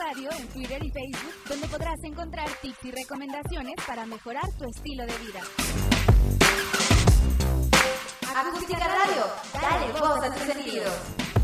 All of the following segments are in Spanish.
Radio en Twitter y Facebook, donde podrás encontrar tips y recomendaciones para mejorar tu estilo de vida. Acústica Radio, dale voz a tus sentidos.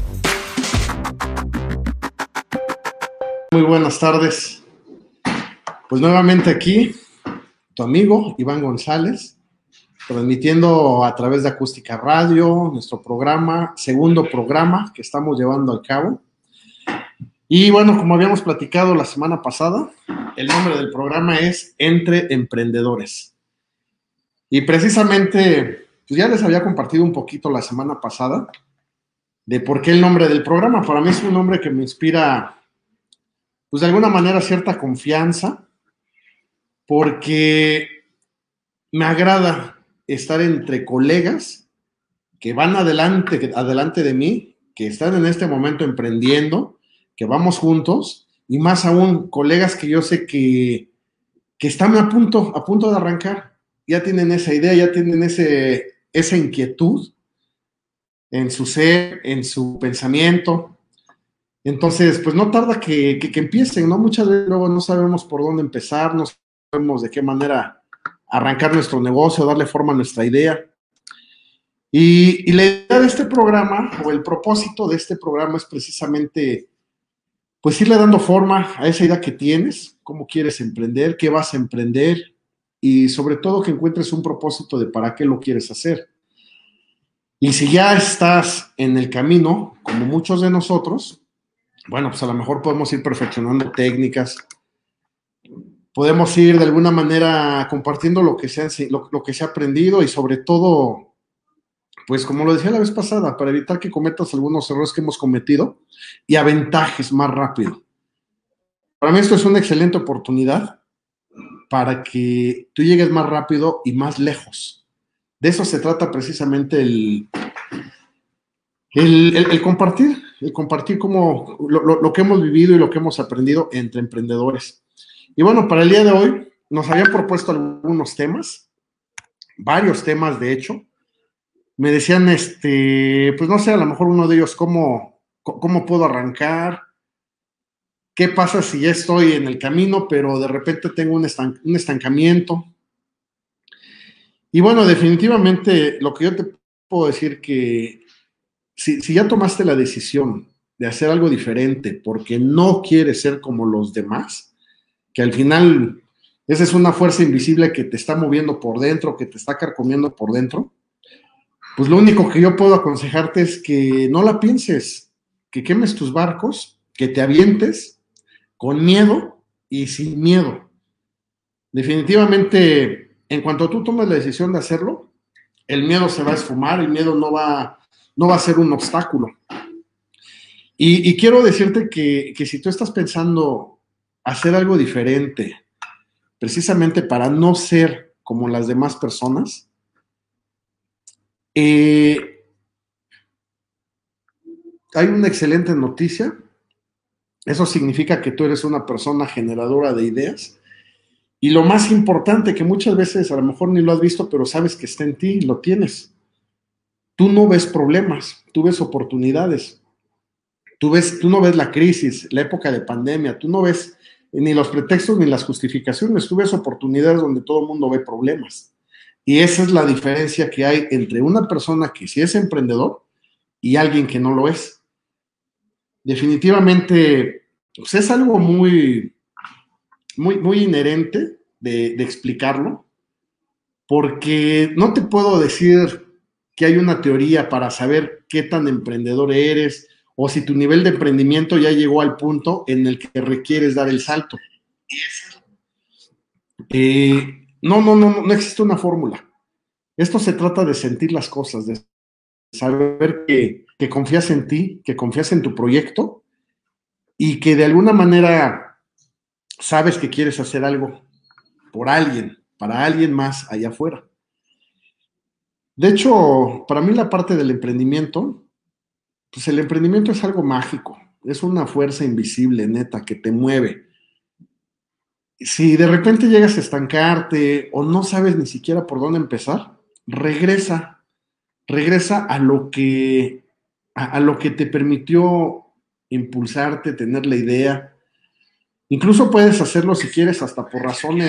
Muy buenas tardes. Pues nuevamente aquí, tu amigo Iván González, transmitiendo a través de Acústica Radio, nuestro programa, segundo programa que estamos llevando a cabo. Y bueno, como habíamos platicado la semana pasada, el nombre del programa es Entre Emprendedores. Y precisamente, pues ya les había compartido un poquito la semana pasada de por qué el nombre del programa. Para mí es un nombre que me inspira, pues de alguna manera, cierta confianza, porque me agrada estar entre colegas que van adelante de mí, que están en este momento emprendiendo, que vamos juntos, y más aún colegas que yo sé que están a punto de arrancar, ya tienen esa idea, ya tienen esa inquietud en su ser, en su pensamiento. Entonces, pues no tarda que empiecen, ¿no? Muchas veces luego no sabemos por dónde empezar, no sabemos de qué manera arrancar nuestro negocio, darle forma a nuestra idea. Y la idea de este programa, o el propósito de este programa, es precisamente, pues, irle dando forma a esa idea que tienes, cómo quieres emprender, qué vas a emprender, y sobre todo que encuentres un propósito de para qué lo quieres hacer. Y si ya estás en el camino, como muchos de nosotros, bueno, pues a lo mejor podemos ir perfeccionando técnicas, podemos ir de alguna manera compartiendo lo que se ha aprendido, y sobre todo, pues como lo decía la vez pasada, para evitar que cometas algunos errores que hemos cometido y aventajes más rápido. Para mí esto es una excelente oportunidad para que tú llegues más rápido y más lejos. De eso se trata precisamente el compartir como lo que hemos vivido y lo que hemos aprendido entre emprendedores. Y bueno, para el día de hoy nos habían propuesto algunos temas, varios temas de hecho. Me decían, pues no sé, a lo mejor uno de ellos, ¿cómo puedo arrancar? ¿Qué pasa si ya estoy en el camino, pero de repente tengo un estancamiento? Y bueno, definitivamente lo que yo te puedo decir que si ya tomaste la decisión de hacer algo diferente porque no quieres ser como los demás, que al final esa es una fuerza invisible que te está moviendo por dentro, que te está carcomiendo por dentro, pues lo único que yo puedo aconsejarte es que no la pienses, que quemes tus barcos, que te avientes con miedo y sin miedo. Definitivamente, en cuanto tú tomes la decisión de hacerlo, el miedo se va a esfumar, el miedo no va a ser un obstáculo. Y quiero decirte que si tú estás pensando hacer algo diferente, precisamente para no ser como las demás personas, hay una excelente noticia. Eso significa que tú eres una persona generadora de ideas, y lo más importante, que muchas veces a lo mejor ni lo has visto, pero sabes que está en ti, lo tienes. Tú no ves problemas, tú ves oportunidades. Tú no ves la crisis, la época de pandemia, tú no ves ni los pretextos ni las justificaciones, tú ves oportunidades donde todo el mundo ve problemas. Y esa es la diferencia que hay entre una persona que sí es emprendedor y alguien que no lo es. Definitivamente, pues es algo muy inherente de explicarlo, porque no te puedo decir que hay una teoría para saber qué tan emprendedor eres, o si tu nivel de emprendimiento ya llegó al punto en el que requieres dar el salto. No existe una fórmula. Esto se trata de sentir las cosas, de saber que confías en ti, que confías en tu proyecto, y que de alguna manera sabes que quieres hacer algo por alguien, para alguien más allá afuera. De hecho, para mí la parte del emprendimiento, pues el emprendimiento es algo mágico, es una fuerza invisible, neta, que te mueve. Si de repente llegas a estancarte o no sabes ni siquiera por dónde empezar, regresa a lo que te permitió impulsarte, tener la idea. Incluso puedes hacerlo si quieres hasta por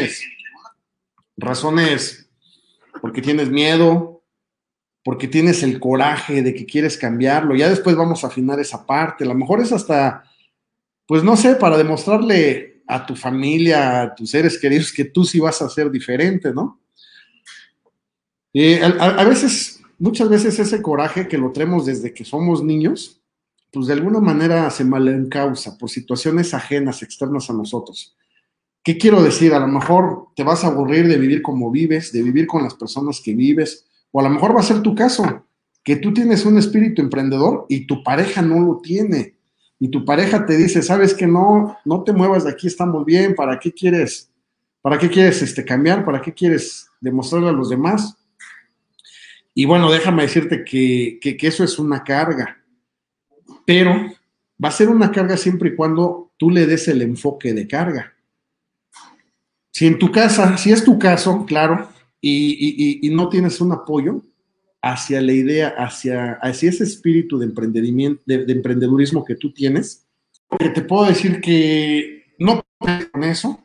razones porque tienes miedo, porque tienes el coraje de que quieres cambiarlo. Ya después vamos a afinar esa parte. A lo mejor es hasta, pues no sé, para demostrarle a tu familia, a tus seres queridos que tú sí vas a ser diferente, ¿no? A veces, muchas veces ese coraje que lo traemos desde que somos niños, pues de alguna manera se malencausa por situaciones ajenas, externas a nosotros. ¿Qué quiero decir? A lo mejor te vas a aburrir de vivir como vives, de vivir con las personas que vives, o a lo mejor va a ser tu caso, que tú tienes un espíritu emprendedor y tu pareja no lo tiene. Y tu pareja te dice, sabes que no, no te muevas de aquí, estamos bien, ¿para qué quieres? ¿Para qué quieres cambiar? ¿Para qué quieres demostrarle a los demás? Y bueno, déjame decirte que eso es una carga, pero va a ser una carga siempre y cuando tú le des el enfoque de carga. Si en tu casa, si es tu caso, claro, y no tienes un apoyo hacia la idea, hacia ese espíritu de emprendimiento, de emprendedurismo que tú tienes, te puedo decir que no con eso.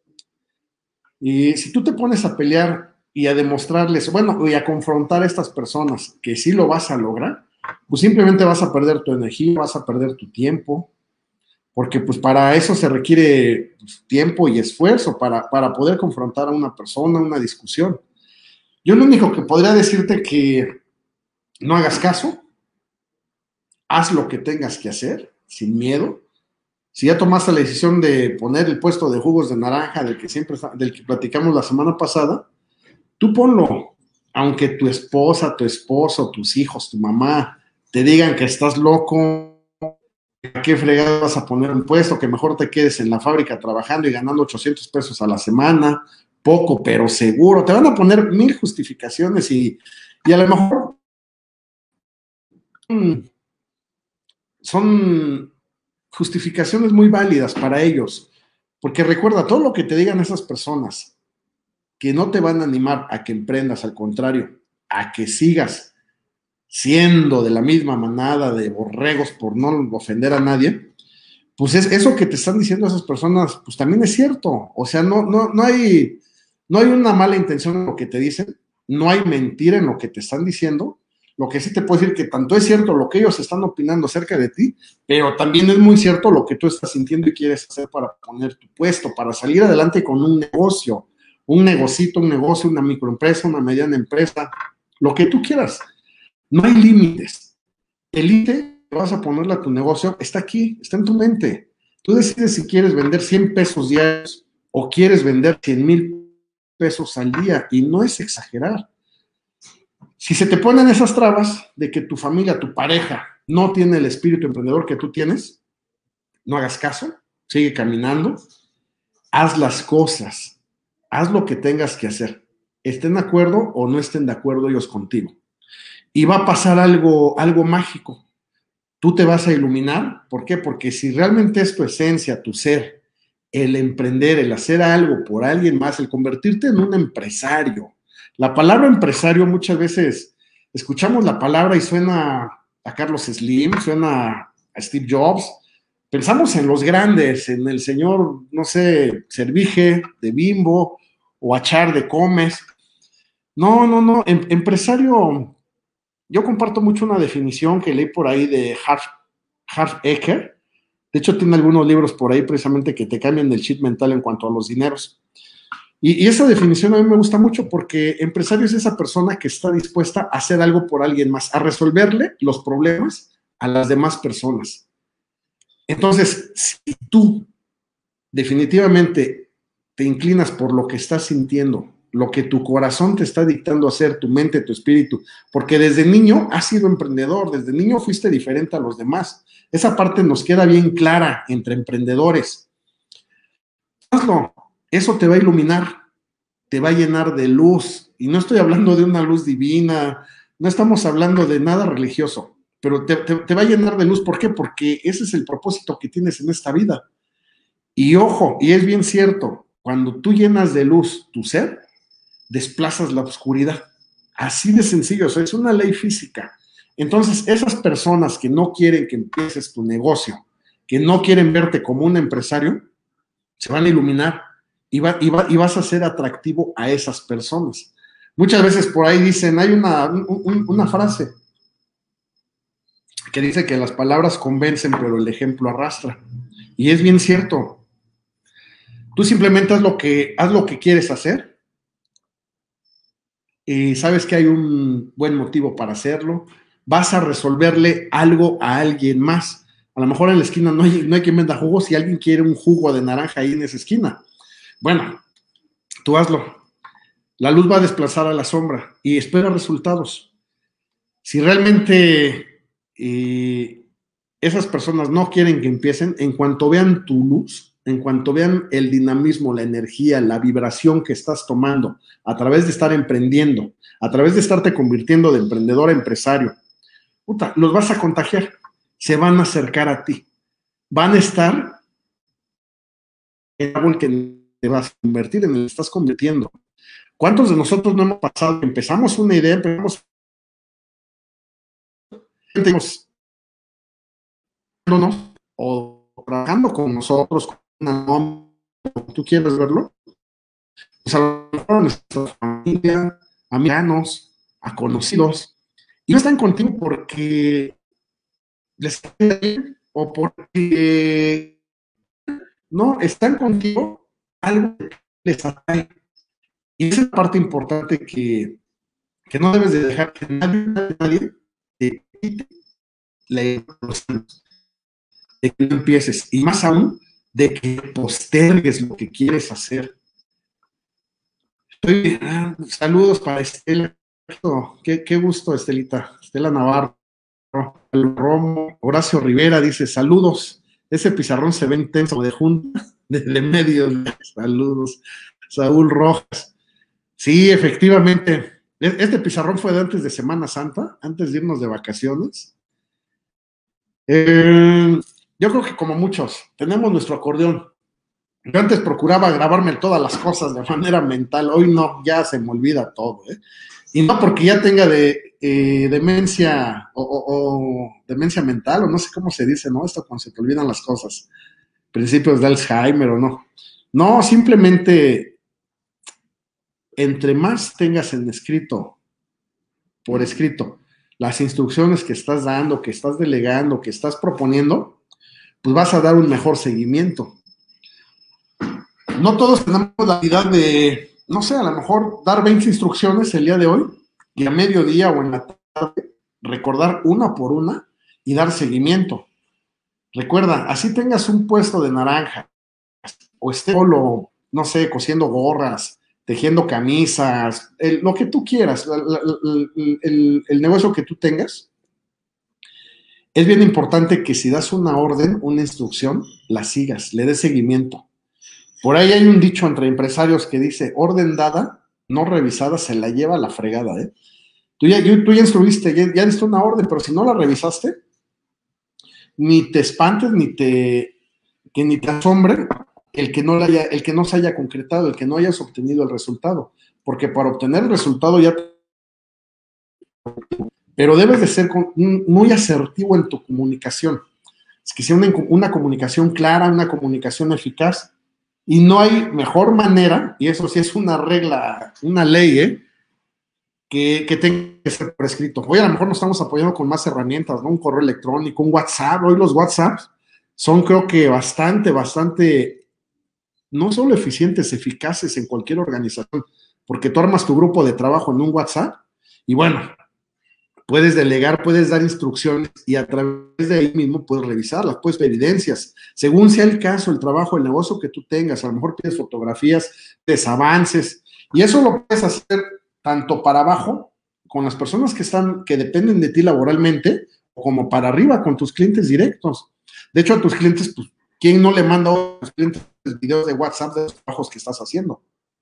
Y si tú te pones a pelear y a demostrarles, bueno, y a confrontar a estas personas que sí lo vas a lograr, pues simplemente vas a perder tu energía, vas a perder tu tiempo, porque pues para eso se requiere pues, tiempo y esfuerzo para poder confrontar a una persona, una discusión. Yo lo único que podría decirte que no hagas caso, haz lo que tengas que hacer, sin miedo. Si ya tomaste la decisión de poner el puesto de jugos de naranja del que platicamos la semana pasada, tú ponlo, aunque tu esposa, tu esposo, tus hijos, tu mamá te digan que estás loco, ¿a qué fregado vas a poner un puesto? Que mejor te quedes en la fábrica trabajando y ganando 800 pesos a la semana, poco, pero seguro. Te van a poner 1000 justificaciones y a lo mejor son justificaciones muy válidas para ellos. Porque recuerda, todo lo que te digan esas personas que no te van a animar a que emprendas, al contrario, a que sigas siendo de la misma manada de borregos por no ofender a nadie, pues eso que te están diciendo esas personas, pues también es cierto. O sea, no hay una mala intención en lo que te dicen, no hay mentira en lo que te están diciendo. Lo que sí te puedo decir que tanto es cierto lo que ellos están opinando acerca de ti, pero también es muy cierto lo que tú estás sintiendo y quieres hacer para poner tu puesto, para salir adelante con un negocio, un negocito, un negocio, una microempresa, una mediana empresa, lo que tú quieras. No hay límites. El límite que vas a ponerle a tu negocio está aquí, está en tu mente. Tú decides si quieres vender 100 pesos diarios o quieres vender 100,000 pesos al día, y no es exagerar. Si se te ponen esas trabas de que tu familia, tu pareja, no tiene el espíritu emprendedor que tú tienes, no hagas caso, sigue caminando, haz las cosas, haz lo que tengas que hacer, estén de acuerdo o no estén de acuerdo ellos contigo. Y va a pasar algo mágico. Tú te vas a iluminar. ¿Por qué? Porque si realmente es tu esencia, tu ser, el emprender, el hacer algo por alguien más, el convertirte en un empresario. La palabra empresario muchas veces escuchamos la palabra y suena a Carlos Slim, suena a Steve Jobs. Pensamos en los grandes, en el señor, no sé, Servige de Bimbo o Achar de Comes. No. Empresario, yo comparto mucho una definición que leí por ahí de Harv Eker. De hecho, tiene algunos libros por ahí precisamente que te cambian el chip mental en cuanto a los dineros. Y esa definición a mí me gusta mucho porque empresario es esa persona que está dispuesta a hacer algo por alguien más, a resolverle los problemas a las demás personas. Entonces, si tú definitivamente te inclinas por lo que estás sintiendo, lo que tu corazón te está dictando hacer, tu mente, tu espíritu, porque desde niño has sido emprendedor, desde niño fuiste diferente a los demás. Esa parte nos queda bien clara entre emprendedores. Hazlo, eso te va a iluminar, te va a llenar de luz, y no estoy hablando de una luz divina, no estamos hablando de nada religioso, pero te va a llenar de luz. ¿Por qué? Porque ese es el propósito que tienes en esta vida. Y ojo, y es bien cierto, cuando tú llenas de luz tu ser, desplazas la oscuridad. Así de sencillo, o sea, es una ley física. Entonces, esas personas que no quieren que empieces tu negocio, que no quieren verte como un empresario, se van a iluminar y vas a ser atractivo a esas personas. Muchas veces por ahí dicen, hay una frase que dice que las palabras convencen, pero el ejemplo arrastra. Y es bien cierto. Tú simplemente haz lo que quieres hacer y sabes que hay un buen motivo para hacerlo. Vas a resolverle algo a alguien más. A lo mejor en la esquina no hay quien venda jugos y alguien quiere un jugo de naranja ahí en esa esquina. Bueno, tú hazlo. La luz va a desplazar a la sombra y espera resultados. Si realmente esas personas no quieren que empiecen, en cuanto vean tu luz, en cuanto vean el dinamismo, la energía, la vibración que estás tomando a través de estar emprendiendo, a través de estarte convirtiendo de emprendedor a empresario, los vas a contagiar, se van a acercar a ti, van a estar en el árbol que te vas a convertir, en el que estás convirtiendo. ¿Cuántos de nosotros no hemos pasado? Empezamos una idea, empezamos o trabajando con nosotros, con una nombre, tú quieres verlo, pues a lo mejor a nuestra familia, a amigos, a conocidos, y no están contigo porque les cae bien o porque no, están contigo algo que les atrae. Y esa es la parte importante que no debes de dejar que nadie te quite la ilusión de que no empieces, y más aún de que postergues lo que quieres hacer. Saludos para Estela. Qué gusto, Estelita. Estela Navarro. El Romo. Horacio Rivera dice, saludos. Ese pizarrón se ve intenso de junta, de medios. Saludos. Saúl Rojas. Sí, efectivamente. Este pizarrón fue de antes de Semana Santa, antes de irnos de vacaciones. Yo creo que como muchos, tenemos nuestro acordeón. Yo antes procuraba grabarme todas las cosas de manera mental, hoy no, ya se me olvida todo, ¿eh? Y no porque ya tenga demencia o demencia mental, o no sé cómo se dice, ¿no? Esto cuando se te olvidan las cosas, principios de Alzheimer o no. No, simplemente entre más tengas en escrito, por escrito, las instrucciones que estás dando, que estás delegando, que estás proponiendo, pues vas a dar un mejor seguimiento. No todos tenemos la habilidad de, no sé, a lo mejor dar 20 instrucciones el día de hoy y a mediodía o en la tarde recordar una por una y dar seguimiento. Recuerda, así tengas un puesto de naranja o esté solo, no sé, cosiendo gorras, tejiendo camisas, lo que tú quieras, el negocio que tú tengas, es bien importante que si das una orden, una instrucción, la sigas, le des seguimiento. Por ahí hay un dicho entre empresarios que dice, orden dada, no revisada, se la lleva a la fregada, ¿eh? Tú ya instruiste, ya diste una orden, pero si no la revisaste, ni te espantes, que ni te asombre el que no se haya concretado, el que no hayas obtenido el resultado. Porque para obtener el resultado ya... Pero debes de ser muy asertivo en tu comunicación. Es que sea una comunicación clara, una comunicación eficaz. Y no hay mejor manera, y eso sí es una regla, una ley, que tenga que ser por escrito. Hoy a lo mejor nos estamos apoyando con más herramientas, ¿no? Un correo electrónico, un WhatsApp. Hoy los WhatsApps son, creo que bastante, no solo eficientes, eficaces en cualquier organización, porque tú armas tu grupo de trabajo en un WhatsApp y bueno, puedes delegar, puedes dar instrucciones y a través de ahí mismo puedes revisarlas, puedes ver evidencias. Según sea el caso, el trabajo, el negocio que tú tengas, a lo mejor pides fotografías, pides avances, y eso lo puedes hacer tanto para abajo, con las personas que dependen de ti laboralmente, como para arriba, con tus clientes directos. De hecho, a tus clientes, pues, ¿quién no le manda a tus clientes videos de WhatsApp de los trabajos que estás haciendo?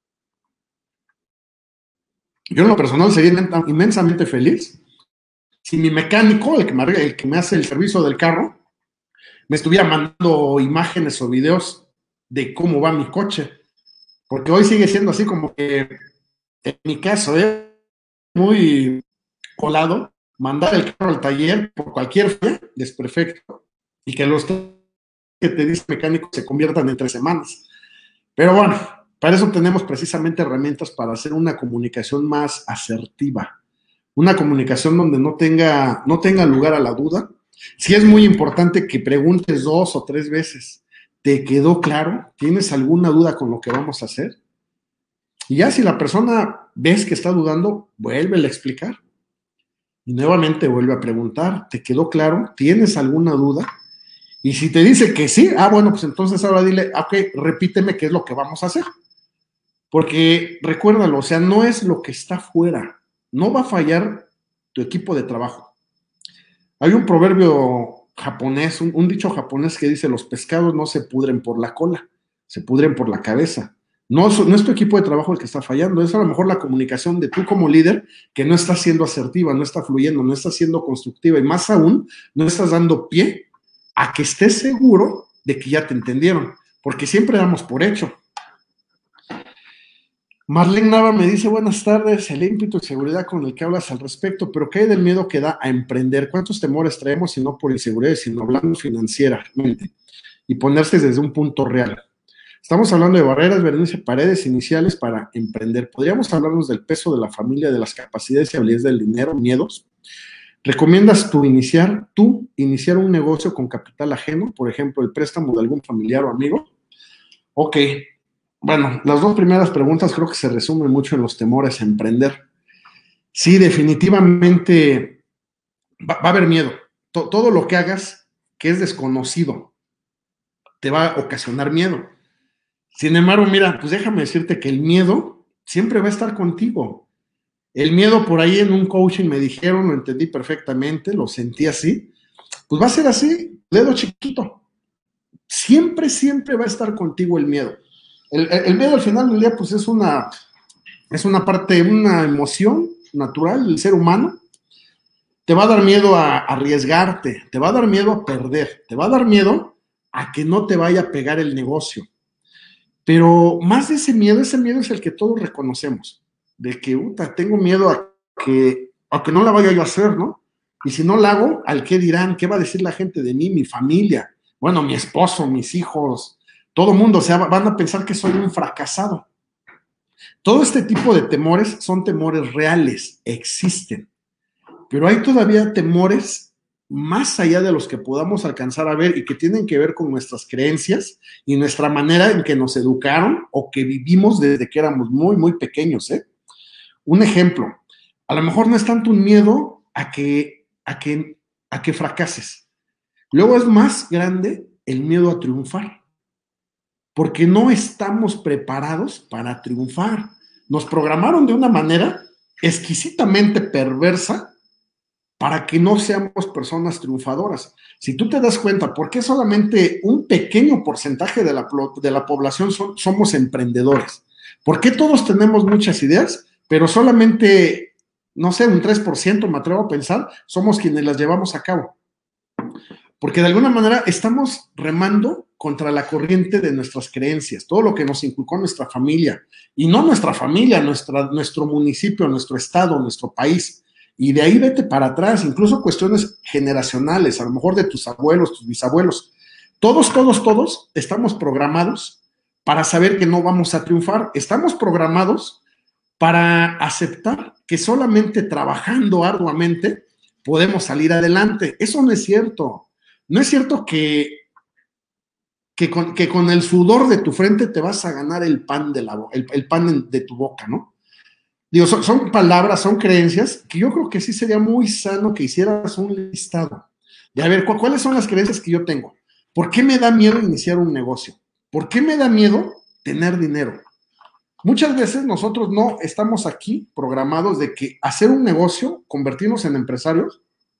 Yo en lo personal sería inmensamente feliz si mi mecánico, el que me hace el servicio del carro, me estuviera mandando imágenes o videos de cómo va mi coche. Porque hoy sigue siendo así como que, en mi caso, muy colado, mandar el carro al taller por cualquier falla, desperfecto, y que los que te dice mecánico se conviertan en 3 semanas. Pero bueno, para eso tenemos precisamente herramientas para hacer una comunicación más asertiva, una comunicación donde no tenga lugar a la duda. Sí es muy importante que preguntes 2 o 3 veces. ¿Te quedó claro? ¿Tienes alguna duda con lo que vamos a hacer? Y ya si la persona ves que está dudando, vuélvele a explicar. Y nuevamente vuelve a preguntar, ¿te quedó claro? ¿Tienes alguna duda? Y si te dice que sí, bueno, pues entonces ahora dile, ok, repíteme qué es lo que vamos a hacer. Porque recuérdalo, o sea, no es lo que está fuera, no va a fallar tu equipo de trabajo. Hay un proverbio japonés, un dicho japonés que dice, los pescados no se pudren por la cola, se pudren por la cabeza. No es tu equipo de trabajo el que está fallando, es a lo mejor la comunicación de tú como líder que no está siendo asertiva, no está fluyendo, no está siendo constructiva y más aún, no estás dando pie a que estés seguro de que ya te entendieron, porque siempre damos por hecho. Marlene Nava me dice, buenas tardes, el ímpetu y seguridad con el que hablas al respecto, pero ¿qué hay del miedo que da a emprender? ¿Cuántos temores traemos si no por inseguridad, sino hablando financieramente y ponerse desde un punto real? Estamos hablando de barreras, Berenice, paredes iniciales para emprender. ¿Podríamos hablarnos del peso de la familia, de las capacidades y habilidades del dinero, miedos? ¿Recomiendas tú iniciar un negocio con capital ajeno, por ejemplo, el préstamo de algún familiar o amigo? Ok. Bueno, las 2 primeras preguntas creo que se resumen mucho en los temores a emprender. Sí, definitivamente va a haber miedo. Todo lo que hagas que es desconocido te va a ocasionar miedo. Sin embargo, mira, pues déjame decirte que el miedo siempre va a estar contigo. El miedo por ahí en un coaching me dijeron, lo entendí perfectamente, lo sentí así, pues va a ser así, dedo chiquito. Siempre, siempre va a estar contigo el miedo. El miedo al final del día, pues es una parte, una emoción natural del ser humano. Te va a dar miedo a arriesgarte, te va a dar miedo a perder, te va a dar miedo a que no te vaya a pegar el negocio. Pero más de ese miedo es el que todos reconocemos, de que, tengo miedo a que no la vaya yo a hacer, ¿no? Y si no la hago, ¿al qué dirán? ¿Qué va a decir la gente de mí, mi familia? Bueno, mi esposo, mis hijos, todo mundo, o sea, van a pensar que soy un fracasado. Todo este tipo de temores son temores reales, existen, pero hay todavía temores más allá de los que podamos alcanzar a ver y que tienen que ver con nuestras creencias y nuestra manera en que nos educaron o que vivimos desde que éramos muy, muy pequeños, ¿eh? Un ejemplo, a lo mejor no es tanto un miedo a que fracases. Luego es más grande el miedo a triunfar, porque no estamos preparados para triunfar. Nos programaron de una manera exquisitamente perversa para que no seamos personas triunfadoras. Si tú te das cuenta, ¿por qué solamente un pequeño porcentaje de la población somos emprendedores? ¿Por qué todos tenemos muchas ideas, pero solamente, no sé, un 3%, me atrevo a pensar, somos quienes las llevamos a cabo? Porque de alguna manera estamos remando contra la corriente de nuestras creencias, todo lo que nos inculcó nuestra familia, y no nuestra familia, nuestro municipio, nuestro estado, nuestro país. Y de ahí vete para atrás, incluso cuestiones generacionales, a lo mejor de tus abuelos, tus bisabuelos. Todos estamos programados para saber que no vamos a triunfar. Estamos programados para aceptar que solamente trabajando arduamente podemos salir adelante. Eso no es cierto. No es cierto que con el sudor de tu frente te vas a ganar el pan de tu boca, ¿no? Digo, son palabras, son creencias que yo creo que sí sería muy sano que hicieras un listado de a ver, ¿cuáles son las creencias que yo tengo? ¿Por qué me da miedo iniciar un negocio? ¿Por qué me da miedo tener dinero? Muchas veces nosotros no estamos aquí programados de que hacer un negocio, convertirnos en empresarios,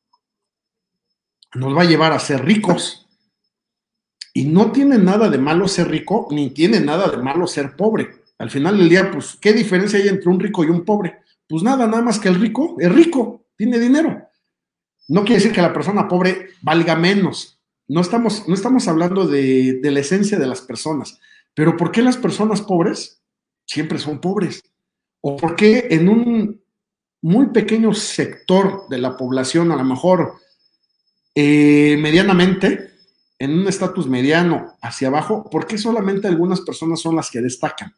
nos va a llevar a ser ricos. Y no tiene nada de malo ser rico, ni tiene nada de malo ser pobre. Al final del día, pues, ¿qué diferencia hay entre un rico y un pobre? Pues nada más que el rico es rico, tiene dinero. No quiere decir que la persona pobre valga menos. No estamos hablando de la esencia de las personas. Pero ¿por qué las personas pobres siempre son pobres? ¿O por qué en un muy pequeño sector de la población, a lo mejor medianamente, en un estatus mediano hacia abajo, ¿por qué solamente algunas personas son las que destacan?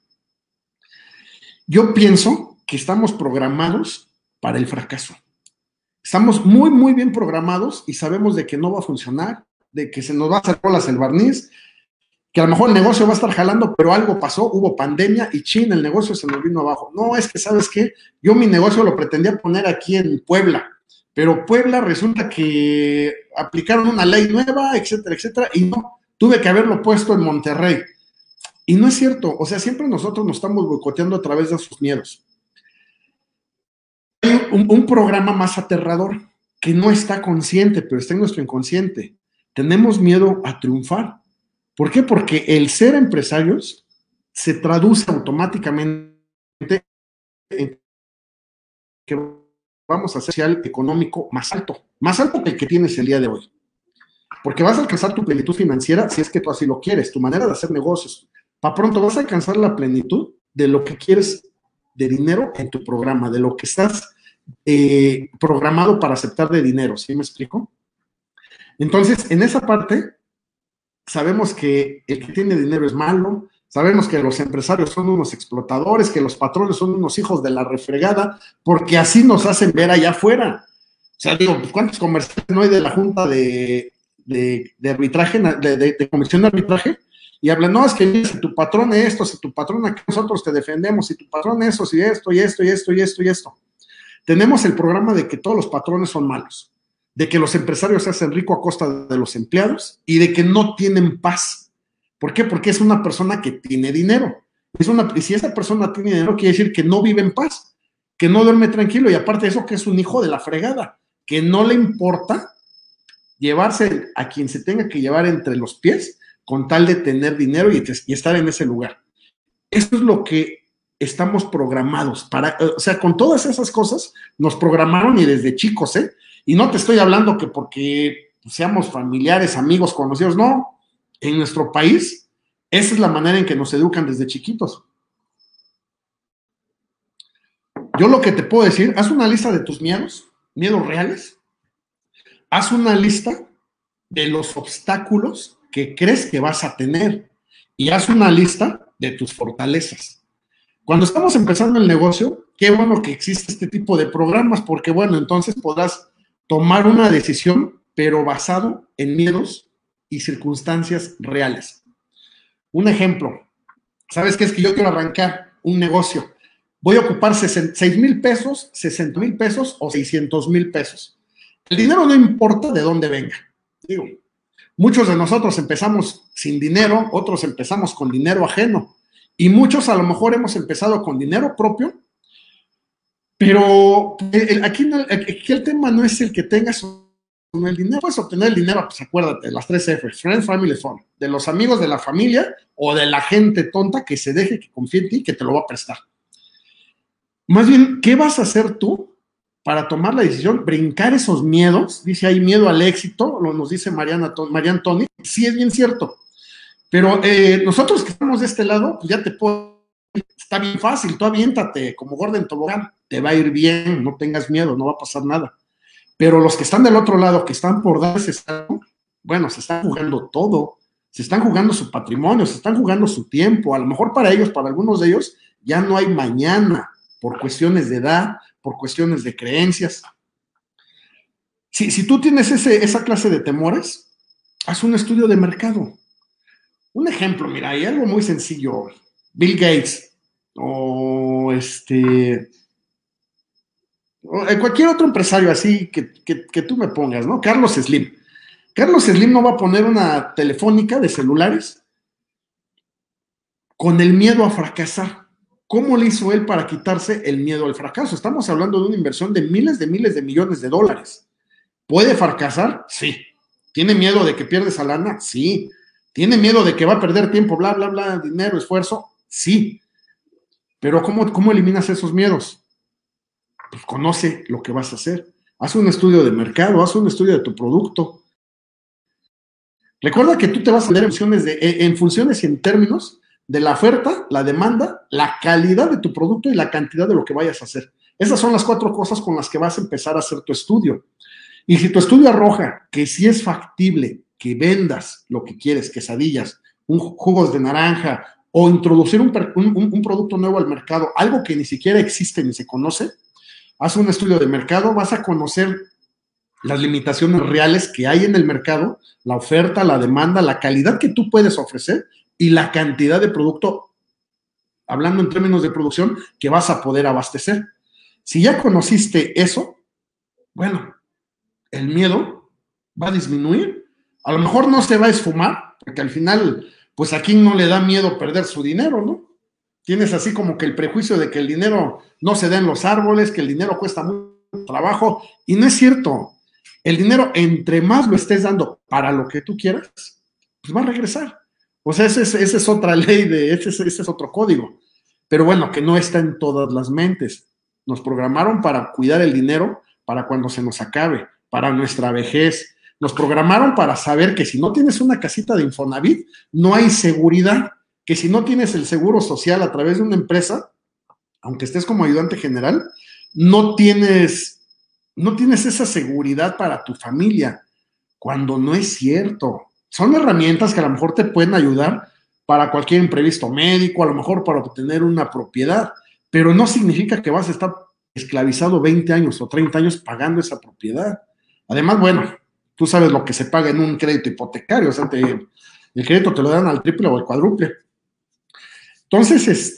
Yo pienso que estamos programados para el fracaso. Estamos muy, muy bien programados y sabemos de que no va a funcionar, de que se nos va a hacer bolas el barniz, que a lo mejor el negocio va a estar jalando, pero algo pasó, hubo pandemia y chin, el negocio se nos vino abajo. No, es que, ¿sabes qué? Yo mi negocio lo pretendía poner aquí en Puebla, pero Puebla resulta que aplicaron una ley nueva, etcétera, etcétera, y no, tuve que haberlo puesto en Monterrey. Y no es cierto, o sea, siempre nosotros nos estamos boicoteando a través de sus miedos. Hay un programa más aterrador que no está consciente, pero está en nuestro inconsciente. Tenemos miedo a triunfar. ¿Por qué? Porque el ser empresarios se traduce automáticamente en que vamos a hacer social económico más alto que el que tienes el día de hoy. Porque vas a alcanzar tu plenitud financiera si es que tú así lo quieres, tu manera de hacer negocios. Para pronto vas a alcanzar la plenitud de lo que quieres de dinero en tu programa, de lo que estás programado para aceptar de dinero, ¿sí me explico? Entonces, en esa parte, sabemos que el que tiene dinero es malo, sabemos que los empresarios son unos explotadores, que los patrones son unos hijos de la refregada, porque así nos hacen ver allá afuera. O sea, digo, ¿cuántos comerciales no hay de la Junta de arbitraje, de comisión de arbitraje? Y hablan, no, es que si tu patrón es esto, si tu patrón aquí nosotros te defendemos, si tu patrón es eso, si esto, y esto, y esto, y esto, y esto. Tenemos el programa de que todos los patrones son malos, de que los empresarios se hacen ricos a costa de los empleados y de que no tienen paz. ¿Por qué? Porque es una persona que tiene dinero. Y si esa persona tiene dinero, quiere decir que no vive en paz, que no duerme tranquilo, y aparte de eso, que es un hijo de la fregada, que no le importa llevarse a quien se tenga que llevar entre los pies con tal de tener dinero y estar en ese lugar. Eso es lo que estamos programados para, o sea, con todas esas cosas nos programaron y desde chicos, ¿eh? Y no te estoy hablando que porque seamos familiares, amigos, conocidos, no. En nuestro país, esa es la manera en que nos educan desde chiquitos. Yo lo que te puedo decir, haz una lista de tus miedos reales, haz una lista de los obstáculos que crees que vas a tener y haz una lista de tus fortalezas. Cuando estamos empezando el negocio, qué bueno que existe este tipo de programas, porque bueno, entonces podrás tomar una decisión, pero basado en miedos y circunstancias reales. Un ejemplo, ¿sabes qué? Es que yo quiero arrancar un negocio. Voy a ocupar 6,000 pesos, 60,000 pesos o 600,000 pesos. El dinero no importa de dónde venga. Digo, muchos de nosotros empezamos sin dinero, otros empezamos con dinero ajeno. Y muchos a lo mejor hemos empezado con dinero propio, pero aquí el tema no es el que tengas o no el dinero. Puedes obtener el dinero, pues acuérdate, las 3 Fs, Friends, Family, Fun, de los amigos de la familia o de la gente tonta que se deje, que confíe en ti, que te lo va a prestar. Más bien, ¿qué vas a hacer tú para tomar la decisión, brincar esos miedos? Dice ahí miedo al éxito, nos dice Marian Tony, sí es bien cierto. Pero nosotros que estamos de este lado, pues ya te puedo, está bien fácil, tú aviéntate como gordo en tobogán, te va a ir bien, no tengas miedo, no va a pasar nada. Pero los que están del otro lado, que están por dar ese salto, bueno, se están jugando todo, se están jugando su patrimonio, se están jugando su tiempo, a lo mejor para ellos, para algunos de ellos, ya no hay mañana, por cuestiones de edad, por cuestiones de creencias. Si tú tienes esa clase de temores, haz un estudio de mercado. Un ejemplo, mira, hay algo muy sencillo. Bill Gates o cualquier otro empresario así que tú me pongas, ¿no? Carlos Slim. Carlos Slim no va a poner una telefónica de celulares con el miedo a fracasar. ¿Cómo le hizo él para quitarse el miedo al fracaso? Estamos hablando de una inversión de miles de millones de dólares. ¿Puede fracasar? Sí. ¿Tiene miedo de que pierda esa lana? Sí. ¿Tiene miedo de que va a perder tiempo, bla, bla, bla, dinero, esfuerzo? Sí. Pero ¿cómo eliminas esos miedos? Pues conoce lo que vas a hacer. Haz un estudio de mercado, haz un estudio de tu producto. Recuerda que tú te vas a vender en funciones y en términos de la oferta, la demanda, la calidad de tu producto y la cantidad de lo que vayas a hacer. Esas son las 4 cosas con las que vas a empezar a hacer tu estudio. Y si tu estudio arroja que sí es factible que vendas lo que quieres, quesadillas, jugos de naranja, o introducir un producto nuevo al mercado, algo que ni siquiera existe ni se conoce, haz un estudio de mercado, vas a conocer las limitaciones reales que hay en el mercado, la oferta, la demanda, la calidad que tú puedes ofrecer y la cantidad de producto, hablando en términos de producción, que vas a poder abastecer. Si ya conociste eso, bueno, el miedo va a disminuir. A lo mejor no se va a esfumar, porque al final, pues a quién no le da miedo perder su dinero, ¿no? Tienes así como que el prejuicio de que el dinero no se da en los árboles, que el dinero cuesta mucho trabajo, y no es cierto. El dinero, entre más lo estés dando para lo que tú quieras, pues va a regresar. O sea, esa es otra ley, ese es otro código. Pero bueno, que no está en todas las mentes. Nos programaron para cuidar el dinero para cuando se nos acabe, para nuestra vejez. Nos programaron para saber que si no tienes una casita de Infonavit, no hay seguridad, que si no tienes el seguro social a través de una empresa, aunque estés como ayudante general, no tienes esa seguridad para tu familia, cuando no es cierto. Son herramientas que a lo mejor te pueden ayudar para cualquier imprevisto médico, a lo mejor para obtener una propiedad, pero no significa que vas a estar esclavizado 20 años o 30 años pagando esa propiedad. Además, bueno, tú sabes lo que se paga en un crédito hipotecario, o sea, el crédito te lo dan al triple o al cuádruple. Entonces,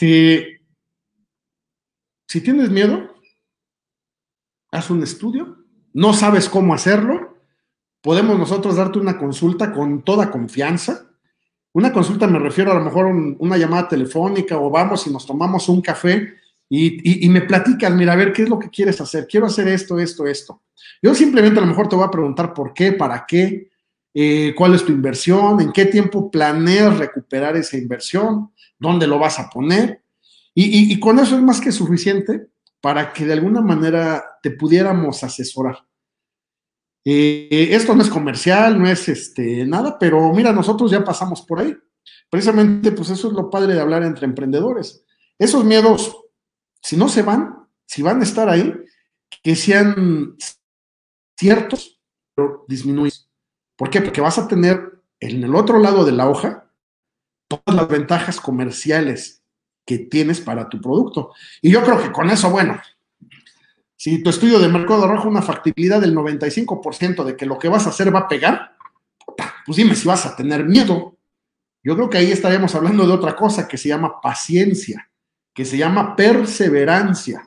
si tienes miedo, haz un estudio, no sabes cómo hacerlo, podemos nosotros darte una consulta con toda confianza. Una consulta me refiero a lo mejor una llamada telefónica, o vamos y nos tomamos un café y me platicas, mira, a ver, ¿qué es lo que quieres hacer? Quiero hacer esto. Yo simplemente a lo mejor te voy a preguntar por qué, para qué, cuál es tu inversión, en qué tiempo planeas recuperar esa inversión, dónde lo vas a poner. Y con eso es más que suficiente para que de alguna manera te pudiéramos asesorar. Esto no es comercial, no es nada, pero mira, nosotros ya pasamos por ahí. Precisamente, pues eso es lo padre de hablar entre emprendedores. Esos miedos, si no se van, si van a estar ahí, que sean ciertos, pero disminuyen. ¿Por qué? Porque vas a tener en el otro lado de la hoja todas las ventajas comerciales que tienes para tu producto. Y yo creo que con eso, bueno, si tu estudio de mercado arroja una factibilidad del 95% de que lo que vas a hacer va a pegar, pues dime si vas a tener miedo. Yo creo que ahí estaríamos hablando de otra cosa que se llama paciencia, que se llama perseverancia.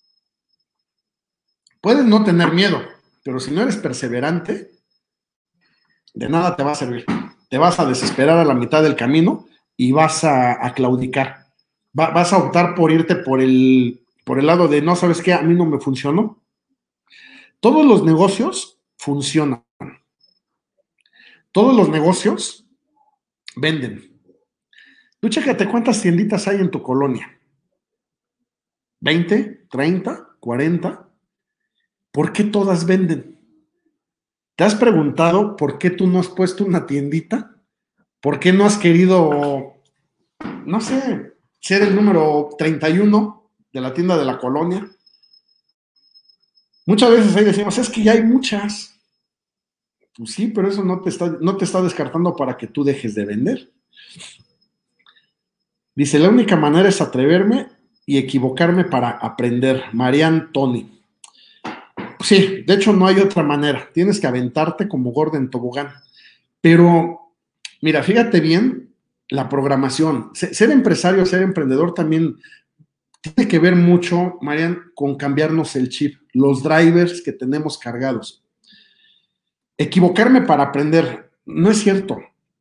Puedes no tener miedo, pero si no eres perseverante, de nada te va a servir. Te vas a desesperar a la mitad del camino y vas a claudicar. Vas a optar por irte por el lado de, no, ¿sabes qué? A mí no me funcionó. Todos los negocios funcionan. Todos los negocios venden. Tú chécate cuántas tienditas hay en tu colonia. ¿20? ¿30? ¿40? ¿Por qué todas venden? ¿Te has preguntado por qué tú no has puesto una tiendita? ¿Por qué no has querido, no sé, ser el número 31 de la tienda de la colonia? Muchas veces ahí decimos, es que ya hay muchas. Pues sí, pero eso no te está descartando para que tú dejes de vender. Dice, la única manera es atreverme y equivocarme para aprender. Marian Tony. Sí, de hecho no hay otra manera. Tienes que aventarte como gordo en tobogán. Pero, mira, fíjate bien la programación. Ser empresario, ser emprendedor también tiene que ver mucho, Marian, con cambiarnos el chip, los drivers que tenemos cargados. Equivocarme para aprender, no es cierto.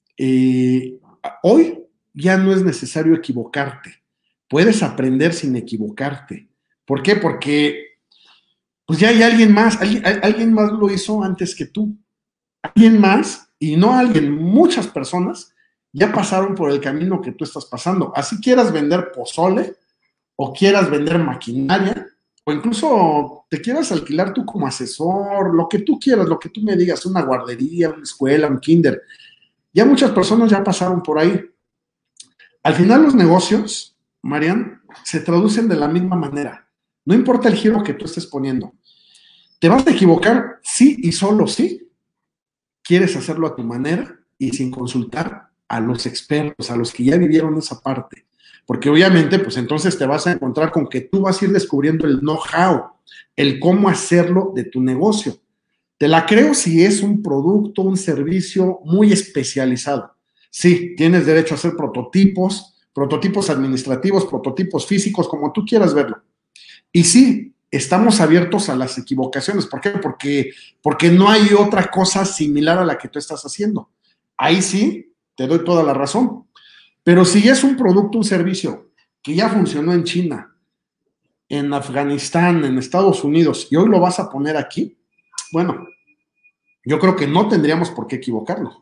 Hoy ya no es necesario equivocarte. Puedes aprender sin equivocarte. ¿Por qué? Porque pues ya hay alguien más lo hizo antes que tú. Alguien más, y no alguien, muchas personas ya pasaron por el camino que tú estás pasando. Así quieras vender pozole, o quieras vender maquinaria, o incluso te quieras alquilar tú como asesor, lo que tú quieras, lo que tú me digas, una guardería, una escuela, un kinder. Ya muchas personas ya pasaron por ahí. Al final los negocios, Marian, se traducen de la misma manera. No importa el giro que tú estés poniendo. ¿Te vas a equivocar? Sí y solo sí. quieres hacerlo a tu manera y sin consultar a los expertos, a los que ya vivieron esa parte. Porque obviamente, pues entonces te vas a encontrar con que tú vas a ir descubriendo el know-how, el cómo hacerlo de tu negocio. Te la creo si es un producto, un servicio muy especializado. Sí, tienes derecho a hacer prototipos administrativos, prototipos físicos, como tú quieras verlo. Y sí, estamos abiertos a las equivocaciones. ¿Por qué? Porque no hay otra cosa similar a la que tú estás haciendo. Ahí sí, te doy toda la razón. Pero si es un producto, un servicio que ya funcionó en China, en Afganistán, en Estados Unidos, y hoy lo vas a poner aquí, bueno, yo creo que no tendríamos por qué equivocarnos.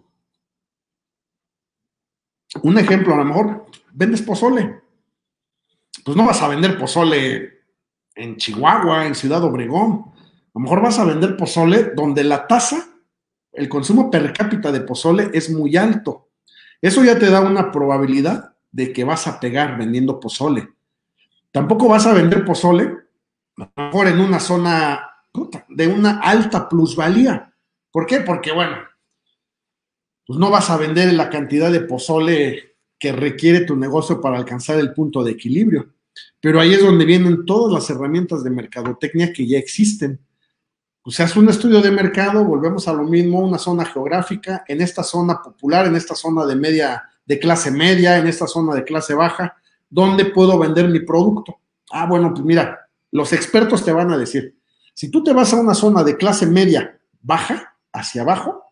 Un ejemplo, a lo mejor, vendes pozole. Pues no vas a vender pozole en Chihuahua, en Ciudad Obregón. A lo mejor vas a vender pozole donde la tasa, el consumo per cápita de pozole es muy alto. Eso ya te da una probabilidad de que vas a pegar vendiendo pozole. Tampoco vas a vender pozole, a lo mejor en una zona de una alta plusvalía. ¿Por qué? Porque, bueno, pues no vas a vender la cantidad de pozole que requiere tu negocio para alcanzar el punto de equilibrio. Pero ahí es donde vienen todas las herramientas de mercadotecnia que ya existen. O sea, es un estudio de mercado, volvemos a lo mismo, una zona geográfica, en esta zona popular, en esta zona de clase media, en esta zona de clase baja, ¿dónde puedo vender mi producto? Ah, bueno, pues mira, los expertos te van a decir, si tú te vas a una zona de clase media baja, hacia abajo,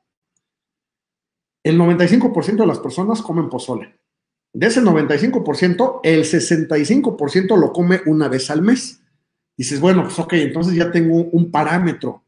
el 95% de las personas comen pozole. De ese 95%, el 65% lo come una vez al mes. Dices, bueno, pues ok, entonces ya tengo un parámetro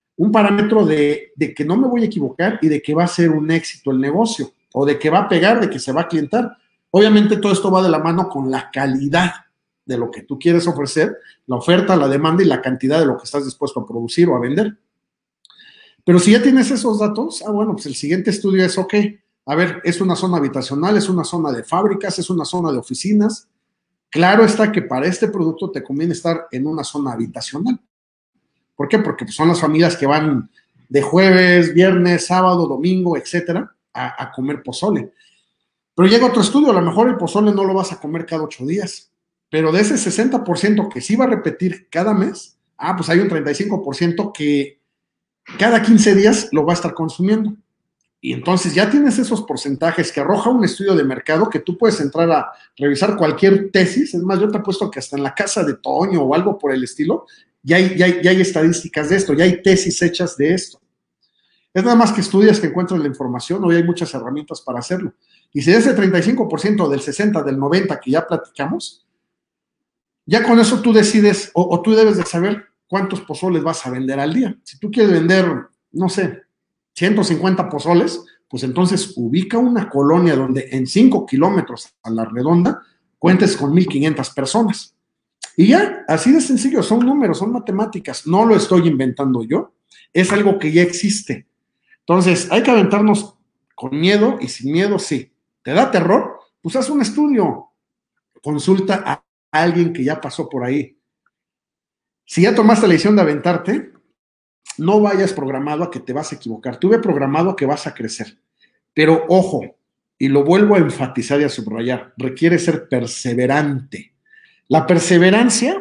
de que no me voy a equivocar y de que va a ser un éxito el negocio, o de que va a pegar, de que se va a clientar. Obviamente todo esto va de la mano con la calidad de lo que tú quieres ofrecer, la oferta, la demanda y la cantidad de lo que estás dispuesto a producir o a vender. Pero si ya tienes esos datos, bueno, pues el siguiente estudio es, ok, a ver, es una zona habitacional, es una zona de fábricas, es una zona de oficinas. Claro está que para este producto te conviene estar en una zona habitacional. ¿Por qué? Porque son las familias que van de jueves, viernes, sábado, domingo, etcétera, a comer pozole. Pero llega otro estudio, a lo mejor el pozole no lo vas a comer cada 8 días, pero de ese 60% que sí va a repetir cada mes, pues hay un 35% que cada 15 días lo va a estar consumiendo. Y entonces ya tienes esos porcentajes que arroja un estudio de mercado que tú puedes entrar a revisar cualquier tesis. Es más, yo te apuesto que hasta en la casa de Toño o algo por el estilo, ya hay estadísticas de esto, ya hay tesis hechas de esto. Es nada más que estudias, que encuentras la información, hoy hay muchas herramientas para hacerlo. Y si es el 35%, del 60%, del 90% que ya platicamos, ya con eso tú decides o tú debes de saber cuántos pozoles vas a vender al día. Si tú quieres vender, no sé, 150 pozoles, pues entonces ubica una colonia donde en 5 kilómetros a la redonda cuentes con 1,500 personas. Y ya, así de sencillo, son números, son matemáticas, no lo estoy inventando yo, es algo que ya existe. Entonces, hay que aventarnos con miedo y sin miedo, sí. ¿Te da terror? Pues haz un estudio, consulta a alguien que ya pasó por ahí. Si ya tomaste la decisión de aventarte, no vayas programado a que te vas a equivocar. Tú ve programado a que vas a crecer. Pero ojo, y lo vuelvo a enfatizar y a subrayar, requiere ser perseverante. La perseverancia,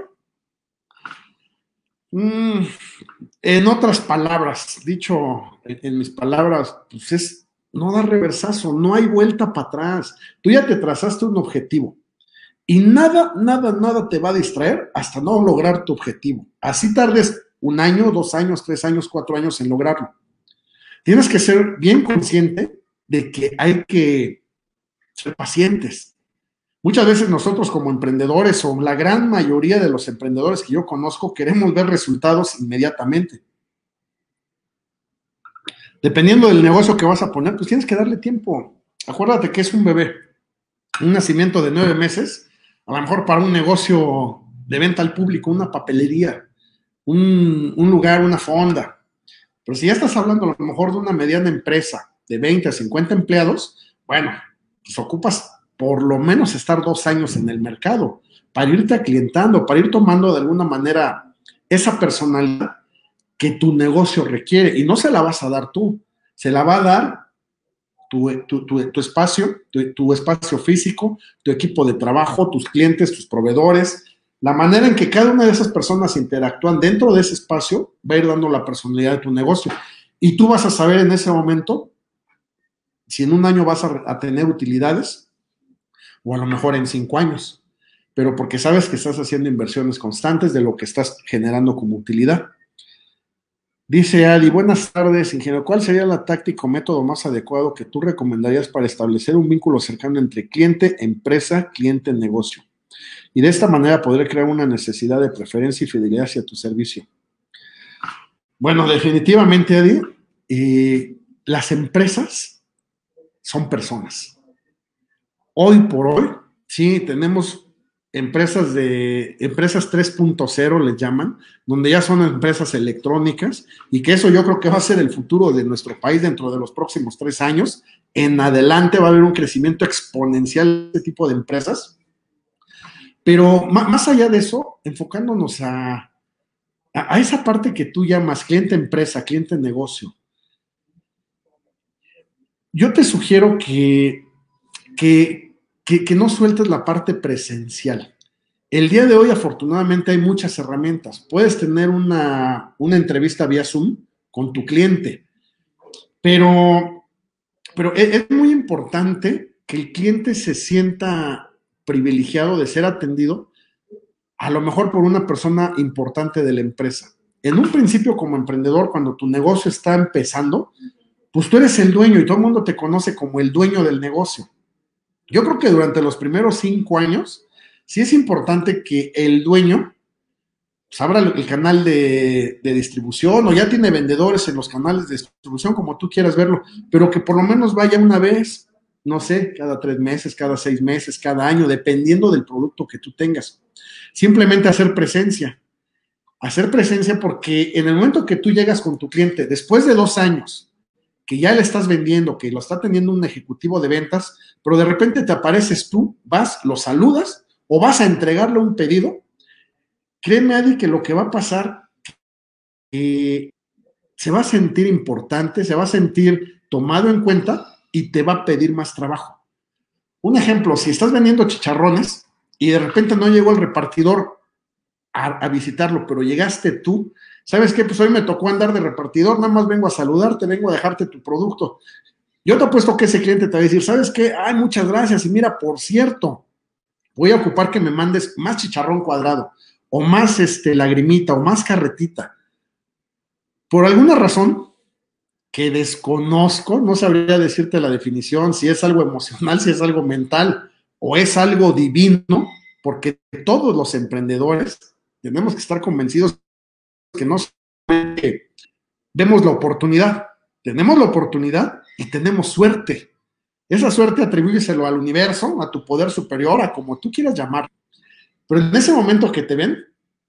en otras palabras, dicho en mis palabras, pues es no dar reversazo, no hay vuelta para atrás. Tú ya te trazaste un objetivo y nada te va a distraer hasta no lograr tu objetivo. Así tardes 1 año, 2 años, 3 años, 4 años en lograrlo. Tienes que ser bien consciente de que hay que ser pacientes. Muchas veces nosotros como emprendedores, o la gran mayoría de los emprendedores que yo conozco, queremos ver resultados inmediatamente. Dependiendo del negocio que vas a poner, pues tienes que darle tiempo. Acuérdate que es un bebé, un nacimiento de 9 meses, a lo mejor para un negocio de venta al público, una papelería, un lugar, una fonda. Pero si ya estás hablando a lo mejor de una mediana empresa de 20 a 50 empleados, bueno, pues ocupas por lo menos estar 2 años en el mercado para irte aclientando, para ir tomando de alguna manera esa personalidad que tu negocio requiere, y no se la vas a dar tú. se la va a dar tu espacio, tu espacio físico, tu equipo de trabajo, tus clientes, tus proveedores. La manera en que cada una de esas personas interactúan dentro de ese espacio va a ir dando la personalidad de tu negocio. Y tú vas a saber en ese momento si en un año vas a tener utilidades o a lo mejor en 5 años, pero porque sabes que estás haciendo inversiones constantes de lo que estás generando como utilidad. Dice Adi, buenas tardes, ingeniero. ¿Cuál sería la táctica o método más adecuado que tú recomendarías para establecer un vínculo cercano entre cliente, empresa, cliente, negocio? Y de esta manera poder crear una necesidad de preferencia y fidelidad hacia tu servicio. Bueno, definitivamente, Adi, las empresas son personas. Hoy por hoy, sí, tenemos empresas 3.0 les llaman, donde ya son empresas electrónicas, y que eso yo creo que va a ser el futuro de nuestro país dentro de los próximos 3 años. En adelante va a haber un crecimiento exponencial de este tipo de empresas. Pero más allá de eso, enfocándonos a esa parte que tú llamas cliente-empresa, cliente-negocio, yo te sugiero que no sueltes la parte presencial. El día de hoy, afortunadamente, hay muchas herramientas. Puedes tener una entrevista vía Zoom con tu cliente, pero es muy importante que el cliente se sienta privilegiado de ser atendido, a lo mejor por una persona importante de la empresa. En un principio, como emprendedor, cuando tu negocio está empezando, pues tú eres el dueño y todo el mundo te conoce como el dueño del negocio. Yo creo que durante los primeros 5 años, sí es importante que el dueño pues, abra el canal de distribución, o ya tiene vendedores en los canales de distribución, como tú quieras verlo, pero que por lo menos vaya una vez, no sé, cada 3 meses, cada 6 meses, cada año, dependiendo del producto que tú tengas. Simplemente hacer presencia porque en el momento que tú llegas con tu cliente, después de 2 años, que ya le estás vendiendo, que lo está teniendo un ejecutivo de ventas, pero de repente te apareces tú, vas, lo saludas o vas a entregarle un pedido, créeme, Adi, que lo que va a pasar, se va a sentir importante, se va a sentir tomado en cuenta y te va a pedir más trabajo. Un ejemplo, si estás vendiendo chicharrones y de repente no llegó el repartidor a visitarlo, pero llegaste tú, ¿sabes qué? Pues hoy me tocó andar de repartidor, nada más vengo a saludarte, vengo a dejarte tu producto. Yo te apuesto que ese cliente te va a decir, ¿sabes qué? Ay, muchas gracias, y mira, por cierto, voy a ocupar que me mandes más chicharrón cuadrado, o más lagrimita, o más carretita. Por alguna razón que desconozco, no sabría decirte la definición, si es algo emocional, si es algo mental, o es algo divino, porque todos los emprendedores tenemos que estar convencidos que no solamente vemos la oportunidad, tenemos la oportunidad y tenemos suerte. Esa suerte atribúyeselo al universo, a tu poder superior, a como tú quieras llamarlo. Pero en ese momento que te ven,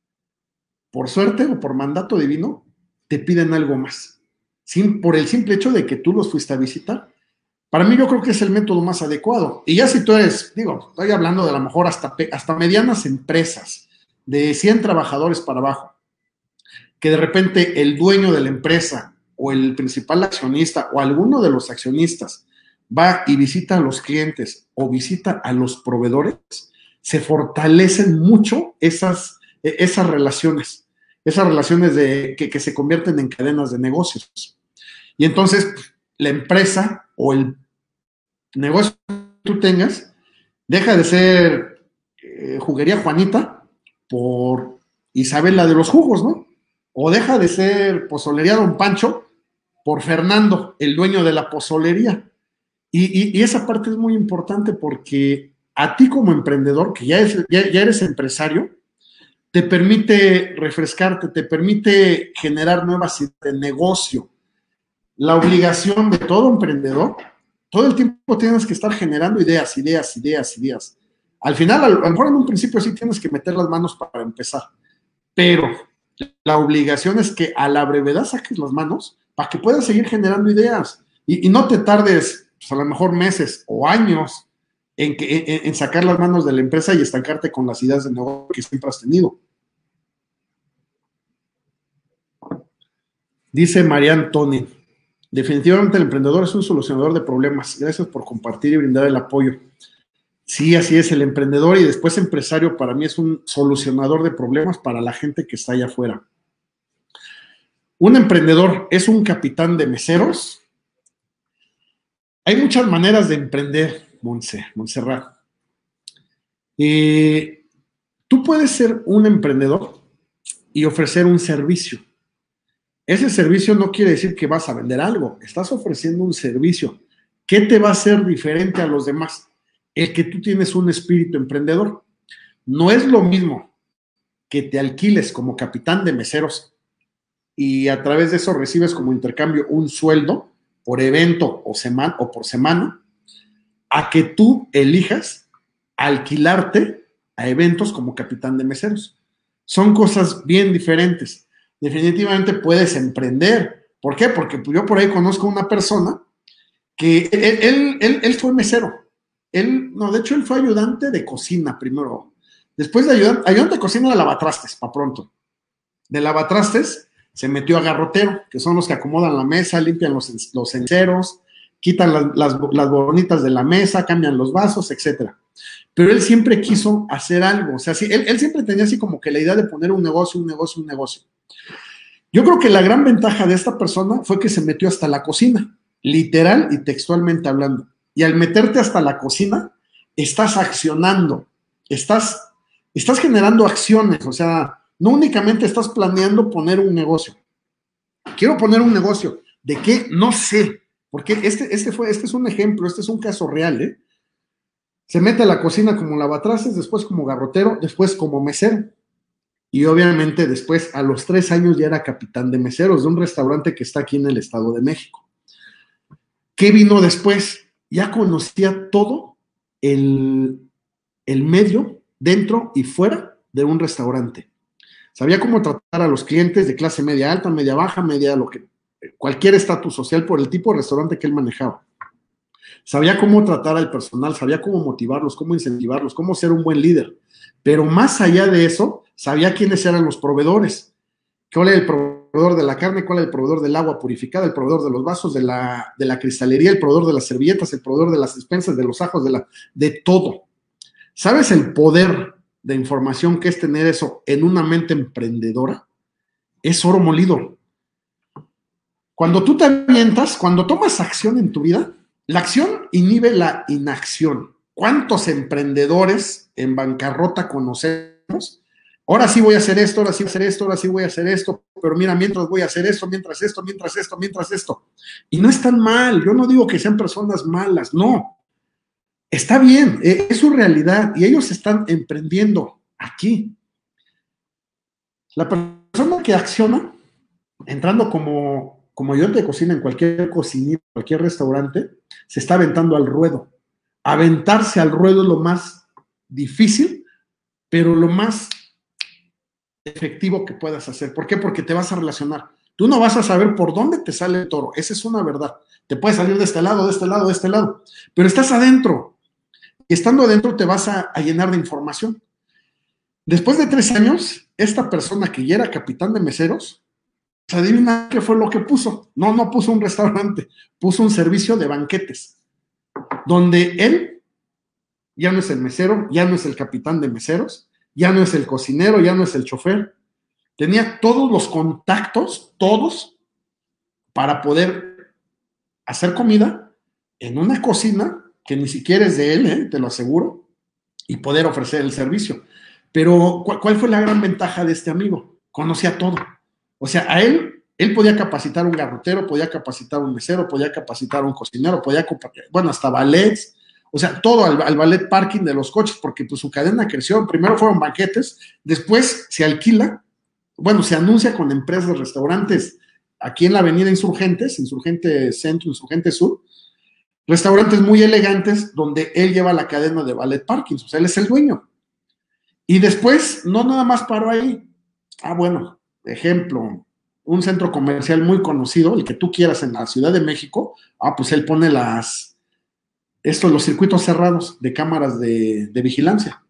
por suerte o por mandato divino, te piden algo más. Por el simple hecho de que tú los fuiste a visitar. Para mí yo creo que es el método más adecuado. Y ya si tú eres, estoy hablando de a lo mejor hasta medianas empresas, de 100 trabajadores para abajo, que de repente el dueño de la empresa o el principal accionista o alguno de los accionistas va y visita a los clientes o visita a los proveedores, se fortalecen mucho esas relaciones que se convierten en cadenas de negocios. Y entonces la empresa o el negocio que tú tengas deja de ser Juguería Juanita por Isabela de los Jugos, ¿no? O deja de ser Pozolería Don Pancho por Fernando, el dueño de la pozolería. Y esa parte es muy importante porque a ti como emprendedor, que ya eres empresario, te permite refrescarte, te permite generar nuevas ideas de negocio. La obligación de todo emprendedor, todo el tiempo tienes que estar generando ideas. Al final, a lo mejor en un principio sí tienes que meter las manos para empezar, pero la obligación es que a la brevedad saques las manos para que puedas seguir generando ideas y no te tardes pues, a lo mejor meses o años en sacar las manos de la empresa y estancarte con las ideas de negocio que siempre has tenido. Dice María Antonia, Definitivamente el emprendedor es un solucionador de problemas. Gracias por compartir y brindar el apoyo. Sí, así es, el emprendedor y después empresario para mí es un solucionador de problemas para la gente que está allá afuera. Un emprendedor es un capitán de meseros. Hay muchas maneras de emprender, Montserrat. Tú puedes ser un emprendedor y ofrecer un servicio. Ese servicio no quiere decir que vas a vender algo, estás ofreciendo un servicio. ¿Qué te va a hacer diferente a los demás? El que tú tienes un espíritu emprendedor. No es lo mismo que te alquiles como capitán de meseros y a través de eso recibes como intercambio un sueldo por evento o por semana, a que tú elijas alquilarte a eventos como capitán de meseros. Son cosas bien diferentes. Definitivamente puedes emprender. ¿Por qué? Porque yo por ahí conozco una persona que él fue mesero. De hecho, él fue ayudante de cocina primero. Después de ayudante de cocina de lavatrastes, para pronto. De lavatrastes se metió a garrotero, que son los que acomodan la mesa, limpian los enceros, quitan las bonitas de la mesa, cambian los vasos, etcétera. Pero él siempre quiso hacer algo. O sea, sí, él siempre tenía así como que la idea de poner un negocio. Yo creo que la gran ventaja de esta persona fue que se metió hasta la cocina, literal y textualmente hablando. Y al meterte hasta la cocina, estás accionando, estás generando acciones, o sea, no únicamente estás planeando poner un negocio. Quiero poner un negocio. ¿De qué? No sé. Porque este es un ejemplo, este es un caso real, ¿eh? Se mete a la cocina como lavatrastes, después como garrotero, después como mesero. Y obviamente después, a los 3 años, ya era capitán de meseros de un restaurante que está aquí en el Estado de México. ¿Qué vino después? Ya conocía todo el medio, dentro y fuera de un restaurante. Sabía cómo tratar a los clientes de clase media alta, media baja, cualquier estatus social por el tipo de restaurante que él manejaba. Sabía cómo tratar al personal, sabía cómo motivarlos, cómo incentivarlos, cómo ser un buen líder. Pero más allá de eso, sabía quiénes eran los proveedores. ¿Cuál era el proveedor de la carne? ¿Cuál era el proveedor del agua purificada? El proveedor de los vasos, de la cristalería, el proveedor de las servilletas, el proveedor de las despensas, de los ajos, de todo. ¿Sabes el poder de información que es tener eso en una mente emprendedora? Es oro molido. Cuando tú te avientas, cuando tomas acción en tu vida, la acción inhibe la inacción. ¿Cuántos emprendedores en bancarrota conocemos? Ahora sí voy a hacer esto, ahora sí voy a hacer esto, ahora sí voy a hacer esto, pero mira, mientras voy a hacer esto, mientras esto. Y no es tan mal, yo no digo que sean personas malas, no. Está bien, es su realidad y ellos están emprendiendo aquí. La persona que acciona, entrando como ayudante de cocina en cualquier cocinita, cualquier restaurante, se está aventando al ruedo. Aventarse al ruedo es lo más difícil, pero lo más efectivo que puedas hacer. ¿Por qué? Porque te vas a relacionar. Tú no vas a saber por dónde te sale el toro. Esa es una verdad. Te puede salir de este lado, de este lado, de este lado. Pero estás adentro. Y estando adentro te vas a llenar de información. Después de 3 años, esta persona que ya era capitán de meseros, adivina qué fue lo que puso. No puso un restaurante, puso un servicio de banquetes, donde él ya no es el mesero, ya no es el capitán de meseros, ya no es el cocinero, ya no es el chofer. Tenía todos los contactos, todos, para poder hacer comida en una cocina que ni siquiera es de él, te lo aseguro, y poder ofrecer el servicio. Pero, ¿cuál fue la gran ventaja de este amigo? Conocía todo. O sea, a él podía capacitar un garrotero, podía capacitar un mesero, podía capacitar un cocinero, hasta ballets, o sea, todo al ballet parking de los coches, porque pues su cadena creció. Primero fueron banquetes, después se anuncia con empresas de restaurantes aquí en la avenida Insurgentes, Insurgente Centro, Insurgente Sur, restaurantes muy elegantes donde él lleva la cadena de ballet parkings, o sea, él es el dueño. Y después, no nada más paró ahí. Ejemplo, un centro comercial muy conocido, el que tú quieras en la Ciudad de México, pues él pone los circuitos cerrados de cámaras de vigilancia.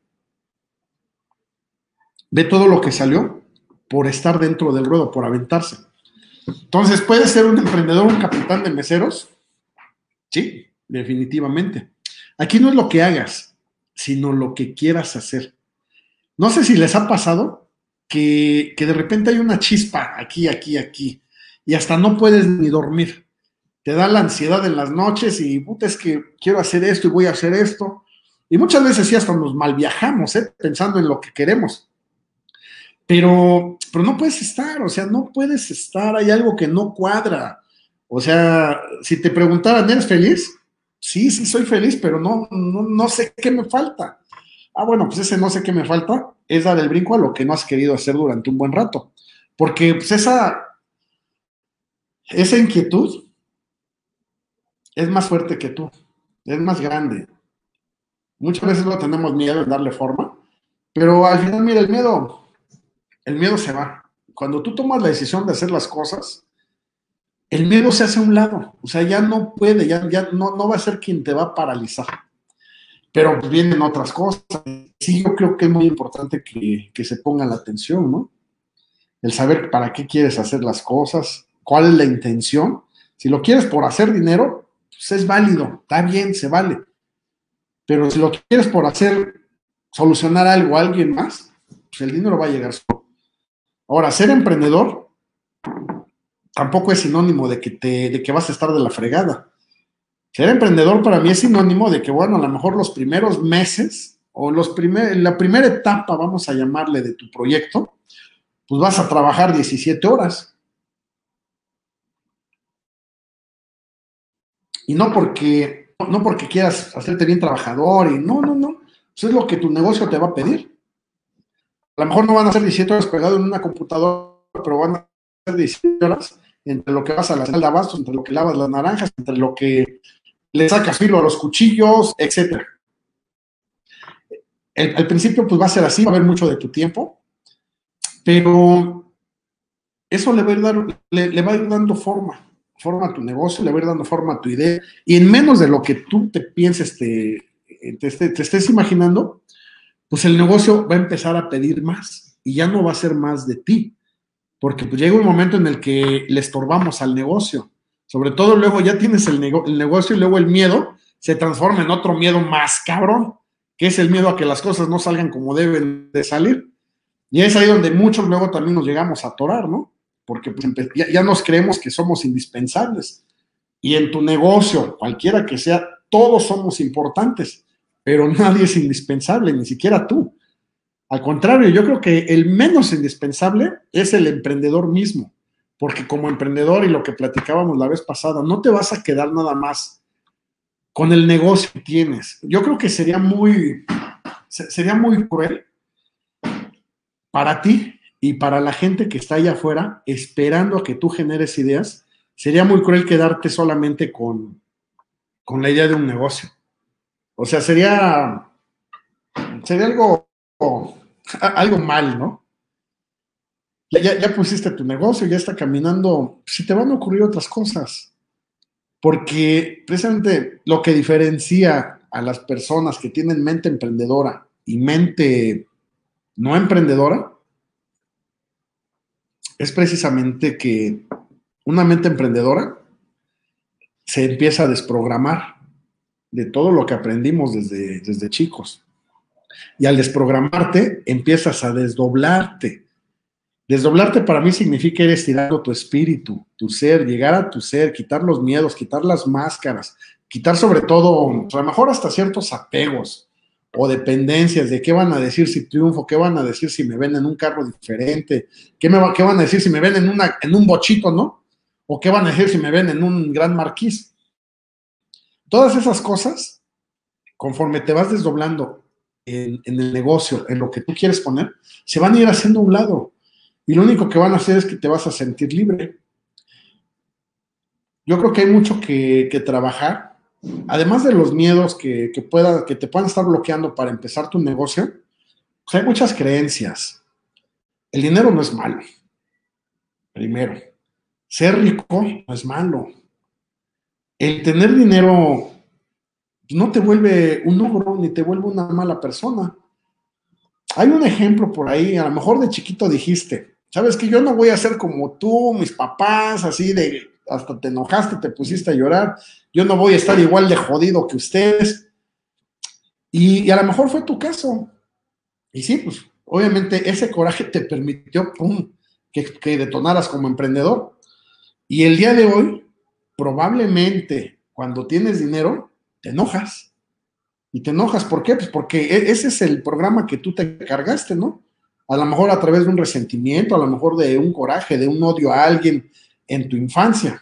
Ve todo lo que salió por estar dentro del ruedo, por aventarse. Entonces, ¿puedes ser un emprendedor, un capitán de meseros? Sí, definitivamente. Aquí no es lo que hagas, sino lo que quieras hacer. No sé si les ha pasado que de repente hay una chispa aquí, y hasta no puedes ni dormir. Te da la ansiedad en las noches y puta, es que quiero hacer esto y voy a hacer esto. Y muchas veces sí hasta nos mal viajamos, pensando en lo que queremos. Pero no puedes estar, o sea, no puedes estar, hay algo que no cuadra. O sea, si te preguntaran, ¿eres feliz? Sí, sí, soy feliz, pero no sé qué me falta. Ah, bueno, pues ese no sé qué me falta es dar el brinco a lo que no has querido hacer durante un buen rato. Porque pues esa inquietud es más fuerte que tú, es más grande. Muchas veces no tenemos miedo en darle forma, pero al final, mira, el miedo se va. Cuando tú tomas la decisión de hacer las cosas, el miedo se hace a un lado. O sea, ya no puede, ya no va a ser quien te va a paralizar. Pero pues vienen otras cosas. Sí, yo creo que es muy importante que se ponga la atención, ¿no? El saber para qué quieres hacer las cosas, cuál es la intención. Si lo quieres por hacer dinero, pues es válido, está bien, se vale. Pero si lo quieres por solucionar algo a alguien más, pues el dinero va a llegar solo. Ahora, ser emprendedor tampoco es sinónimo de que vas a estar de la fregada. Ser emprendedor para mí es sinónimo de que, bueno, a lo mejor los primeros meses o la primera etapa, vamos a llamarle, de tu proyecto, pues vas a trabajar 17 horas. Y no porque quieras hacerte bien trabajador y no. Eso es lo que tu negocio te va a pedir. A lo mejor no van a ser 17 horas pegado en una computadora, pero van a ser 17 horas entre lo que vas a la sala de abasto, entre lo que lavas las naranjas, entre lo que le sacas filo a los cuchillos, etcétera. Al principio pues va a ser así, va a haber mucho de tu tiempo, pero eso le va a ir dando forma a tu negocio, le va a ir dando forma a tu idea, y en menos de lo que tú te pienses, te estés imaginando, pues el negocio va a empezar a pedir más, y ya no va a ser más de ti, porque pues llega un momento en el que le estorbamos al negocio, sobre todo luego ya tienes el negocio y luego el miedo se transforma en otro miedo más cabrón, que es el miedo a que las cosas no salgan como deben de salir. Y es ahí donde muchos luego también nos llegamos a atorar, ¿no? Porque pues, ya nos creemos que somos indispensables. Y en tu negocio, cualquiera que sea, todos somos importantes, pero nadie es indispensable, ni siquiera tú. Al contrario, yo creo que el menos indispensable es el emprendedor mismo, porque como emprendedor, y lo que platicábamos la vez pasada, no te vas a quedar nada más con el negocio que tienes. Yo creo que sería muy cruel para ti y para la gente que está allá afuera esperando a que tú generes ideas. Sería muy cruel quedarte solamente con la idea de un negocio. O sea, sería algo mal, ¿no? Ya pusiste tu negocio, ya está caminando, si te van a ocurrir otras cosas, porque precisamente lo que diferencia a las personas que tienen mente emprendedora y mente no emprendedora es precisamente que una mente emprendedora se empieza a desprogramar de todo lo que aprendimos desde chicos. Y al desprogramarte, empiezas a desdoblarte. Desdoblarte para mí significa ir estirando tu espíritu, tu ser, llegar a tu ser, quitar los miedos, quitar las máscaras, quitar sobre todo, a lo mejor hasta ciertos apegos o dependencias de qué van a decir si triunfo, qué van a decir si me ven en un carro diferente, qué van a decir si me ven en un bochito, ¿no? O qué van a decir si me ven en un gran marquís. Todas esas cosas, conforme te vas desdoblando en el negocio, en lo que tú quieres poner, se van a ir haciendo a un lado. Y lo único que van a hacer es que te vas a sentir libre. Yo creo que hay mucho que trabajar. Además de los miedos que te puedan estar bloqueando para empezar tu negocio, pues hay muchas creencias. El dinero no es malo, primero. Ser rico no es malo. El tener dinero no te vuelve un ogro ni te vuelve una mala persona. Hay un ejemplo por ahí, a lo mejor de chiquito dijiste, ¿sabes qué? Yo no voy a ser como tú, mis papás, así de, hasta te enojaste, te pusiste a llorar, yo no voy a estar igual de jodido que ustedes. Y a lo mejor fue tu caso. Y sí, pues obviamente ese coraje te permitió, pum, que detonaras como emprendedor. Y el día de hoy, probablemente cuando tienes dinero, te enojas. Y te enojas, ¿por qué? Pues porque ese es el programa que tú te cargaste, ¿no? A lo mejor a través de un resentimiento, a lo mejor de un coraje, de un odio a alguien en tu infancia.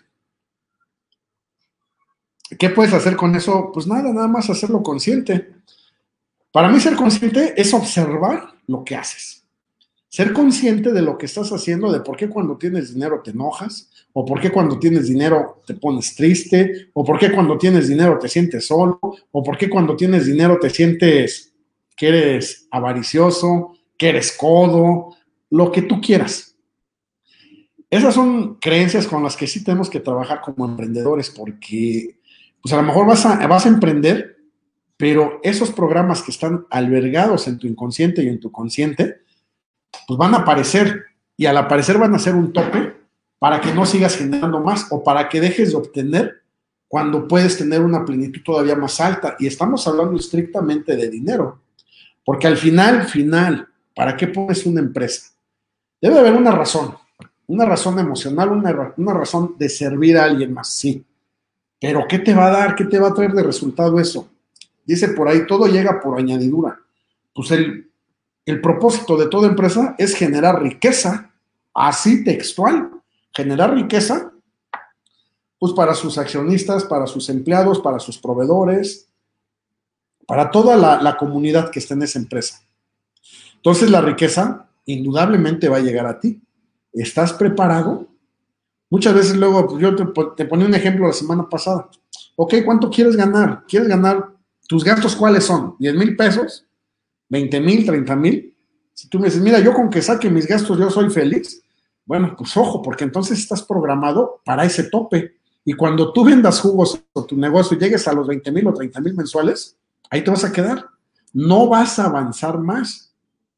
¿Qué puedes hacer con eso? Pues nada más hacerlo consciente. Para mí ser consciente es observar lo que haces. Ser consciente de lo que estás haciendo, de por qué cuando tienes dinero te enojas, o por qué cuando tienes dinero te pones triste, o por qué cuando tienes dinero te sientes solo, o por qué cuando tienes dinero te sientes que eres avaricioso, que eres codo, lo que tú quieras. Esas son creencias con las que sí tenemos que trabajar como emprendedores, porque pues a lo mejor vas a emprender, pero esos programas que están albergados en tu inconsciente y en tu consciente, pues van a aparecer, y al aparecer van a ser un tope para que no sigas generando más o para que dejes de obtener cuando puedes tener una plenitud todavía más alta. Y estamos hablando estrictamente de dinero, porque al final, ¿para qué pones una empresa? Debe haber una razón emocional, una razón de servir a alguien más, sí. Pero ¿qué te va a dar? ¿Qué te va a traer de resultado eso? Dice por ahí, todo llega por añadidura. Pues el propósito de toda empresa es generar riqueza, así textual, generar riqueza, pues para sus accionistas, para sus empleados, para sus proveedores, para toda la comunidad que está en esa empresa. Entonces la riqueza indudablemente va a llegar a ti. ¿Estás preparado? Muchas veces luego, pues yo te ponía un ejemplo la semana pasada. Ok, ¿cuánto quieres ganar? ¿Quieres ganar? ¿Tus gastos cuáles son? ¿10,000 pesos? ¿20,000? ¿30,000? Si tú me dices, mira, yo con que saque mis gastos yo soy feliz, bueno, pues ojo, porque entonces estás programado para ese tope. Y cuando tú vendas jugos o tu negocio y llegues a los 20,000 o 30,000 mensuales, ahí te vas a quedar. No vas a avanzar más.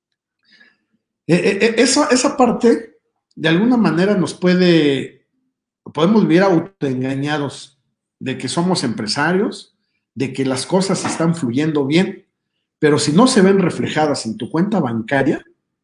Esa parte, de alguna manera, podemos vivir autoengañados de que somos empresarios, de que las cosas están fluyendo bien, pero si no se ven reflejadas en tu cuenta bancaria,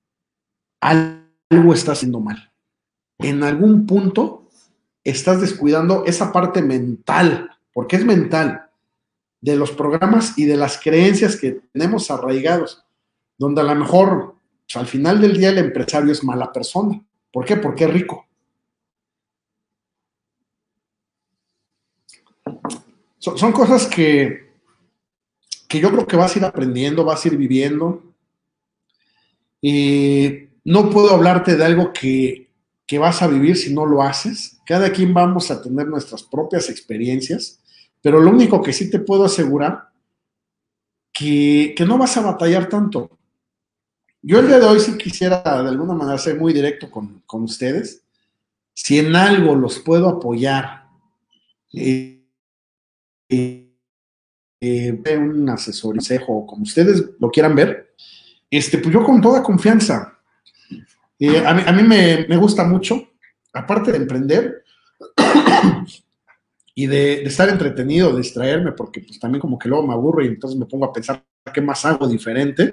algo está haciendo mal. En algún punto estás descuidando esa parte mental, porque es mental, de los programas y de las creencias que tenemos arraigados, donde a lo mejor, pues, al final del día el empresario es mala persona. ¿Por qué? Porque es rico. Son cosas que yo creo que vas a ir aprendiendo, vas a ir viviendo. Y no puedo hablarte de algo que vas a vivir si no lo haces. Cada quien vamos a tener nuestras propias experiencias, pero lo único que sí te puedo asegurar que no vas a batallar tanto. Yo el día de hoy sí quisiera de alguna manera ser muy directo con ustedes. Si en algo los puedo apoyar, un asesor, consejo, como ustedes lo quieran ver, pues yo con toda confianza. A mí me gusta mucho, aparte de emprender y de estar entretenido, de distraerme, porque pues también como que luego me aburro y entonces me pongo a pensar qué más hago diferente.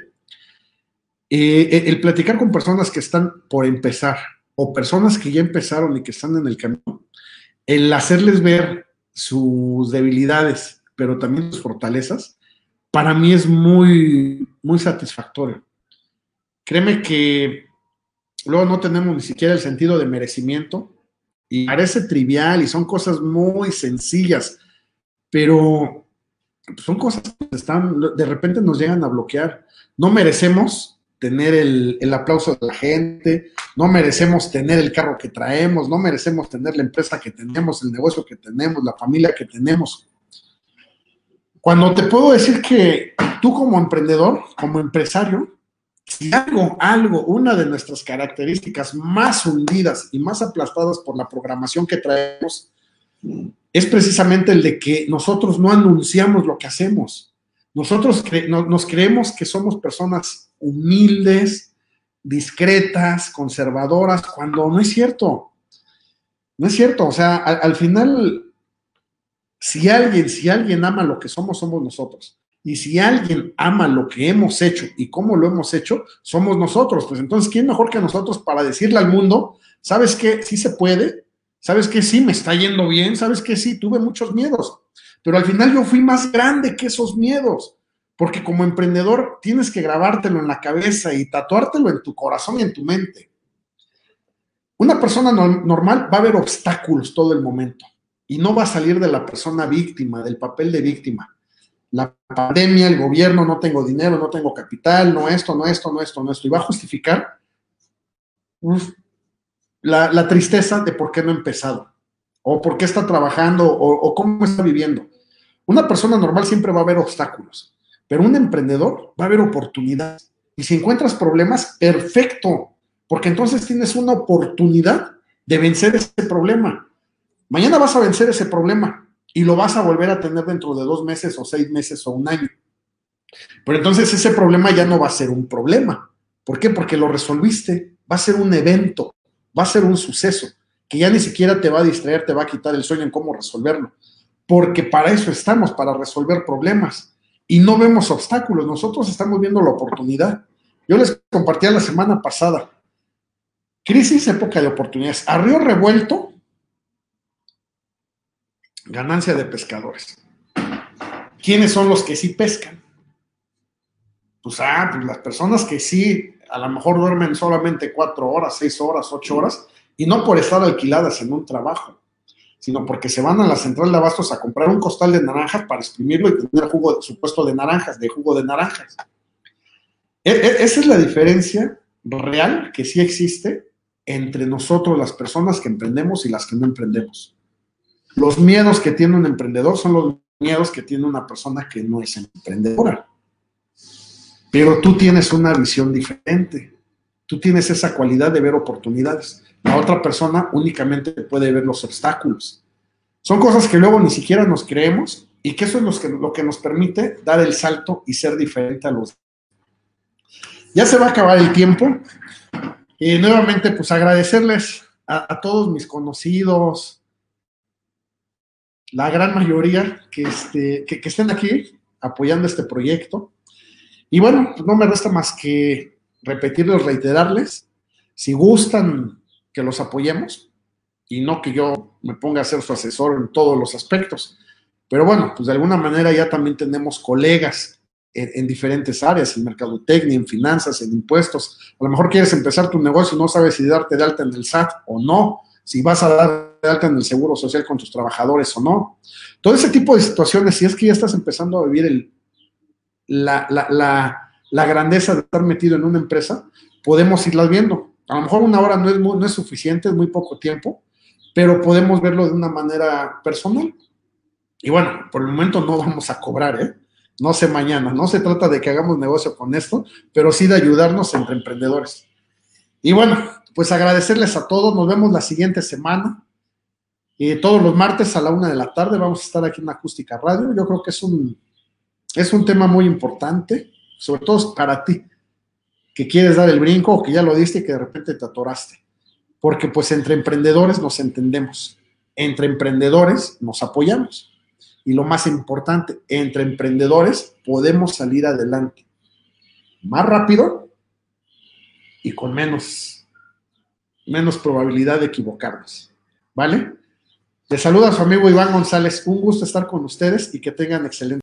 El platicar con personas que están por empezar o personas que ya empezaron y que están en el camino, el hacerles ver sus debilidades, pero también sus fortalezas, para mí es muy, muy satisfactorio. Créeme que luego no tenemos ni siquiera el sentido de merecimiento y parece trivial y son cosas muy sencillas, pero son cosas que de repente nos llegan a bloquear. No merecemos tener el aplauso de la gente, no merecemos tener el carro que traemos, no merecemos tener la empresa que tenemos, el negocio que tenemos, la familia que tenemos. Cuando te puedo decir que tú como emprendedor, como empresario, si una de nuestras características más hundidas y más aplastadas por la programación que traemos, es precisamente el de que nosotros no anunciamos lo que hacemos. Nosotros nos creemos que somos personas humildes, discretas, conservadoras, cuando no es cierto. No es cierto, o sea, al final, si alguien ama lo que somos nosotros. Y si alguien ama lo que hemos hecho y cómo lo hemos hecho, somos nosotros. Pues entonces, ¿quién mejor que nosotros para decirle al mundo, ¿sabes qué? Sí se puede, ¿sabes qué? Sí me está yendo bien, ¿sabes qué? Sí, tuve muchos miedos, pero al final yo fui más grande que esos miedos, porque como emprendedor tienes que grabártelo en la cabeza y tatuártelo en tu corazón y en tu mente. Una persona normal va a ver obstáculos todo el momento y no va a salir de la persona víctima, del papel de víctima. La pandemia, el gobierno, no tengo dinero, no tengo capital, no esto, y va a justificar la tristeza de por qué no ha empezado, o por qué está trabajando, o cómo está viviendo. Una persona normal siempre va a ver obstáculos, pero un emprendedor va a ver oportunidades. Y si encuentras problemas, perfecto, porque entonces tienes una oportunidad de vencer ese problema. Mañana vas a vencer ese problema y lo vas a volver a tener dentro de 2 meses o 6 meses o un año. Pero entonces ese problema ya no va a ser un problema. ¿Por qué? Porque lo resolviste. Va a ser un evento, va a ser un suceso que ya ni siquiera te va a distraer, te va a quitar el sueño en cómo resolverlo. Porque para eso estamos, para resolver problemas. Y no vemos obstáculos, nosotros estamos viendo la oportunidad. Yo les compartía la semana pasada, crisis, época de oportunidades. A río revuelto, ganancia de pescadores. ¿Quiénes son los que sí pescan? Pues las personas que sí, a lo mejor duermen solamente 4 horas, 6 horas, 8 horas, y no por estar alquiladas en un trabajo, sino porque se van a la central de abastos a comprar un costal de naranjas para exprimirlo y tener su puesto de naranjas, de jugo de naranjas. Esa es la diferencia real que sí existe entre nosotros, las personas que emprendemos y las que no emprendemos. Los miedos que tiene un emprendedor son los miedos que tiene una persona que no es emprendedora. Pero tú tienes una visión diferente. Tú tienes esa cualidad de ver oportunidades. La otra persona únicamente puede ver los obstáculos. Son cosas que luego ni siquiera nos creemos y que eso es lo que nos permite dar el salto y ser diferente a los. Ya se va a acabar el tiempo. Y nuevamente, pues agradecerles a todos mis conocidos, la gran mayoría que estén aquí apoyando este proyecto. Y bueno, pues no me resta más que repetirles, reiterarles, si gustan que los apoyemos, y no que yo me ponga a ser su asesor en todos los aspectos, pero bueno, pues de alguna manera ya también tenemos colegas en diferentes áreas, en mercadotecnia, en finanzas, en impuestos. A lo mejor quieres empezar tu negocio y no sabes si darte de alta en el SAT o no, si vas a dar de alta en el Seguro Social con tus trabajadores o no. Todo ese tipo de situaciones, si es que ya estás empezando a vivir la grandeza de estar metido en una empresa, podemos irlas viendo. A lo mejor 1 hora no es suficiente, es muy poco tiempo, pero podemos verlo de una manera personal. Y bueno, por el momento no vamos a cobrar, no sé mañana, no se trata de que hagamos negocio con esto, pero sí de ayudarnos entre emprendedores. Y bueno, pues agradecerles a todos, nos vemos la siguiente semana. Todos los martes a la 1 de la tarde vamos a estar aquí en Acústica Radio. Yo creo que es un tema muy importante, sobre todo para ti, que quieres dar el brinco o que ya lo diste y que de repente te atoraste. Porque pues entre emprendedores nos entendemos, entre emprendedores nos apoyamos. Y lo más importante, entre emprendedores podemos salir adelante más rápido y con menos probabilidad de equivocarnos. ¿Vale? Les saluda su amigo Iván González. Un gusto estar con ustedes y que tengan excelente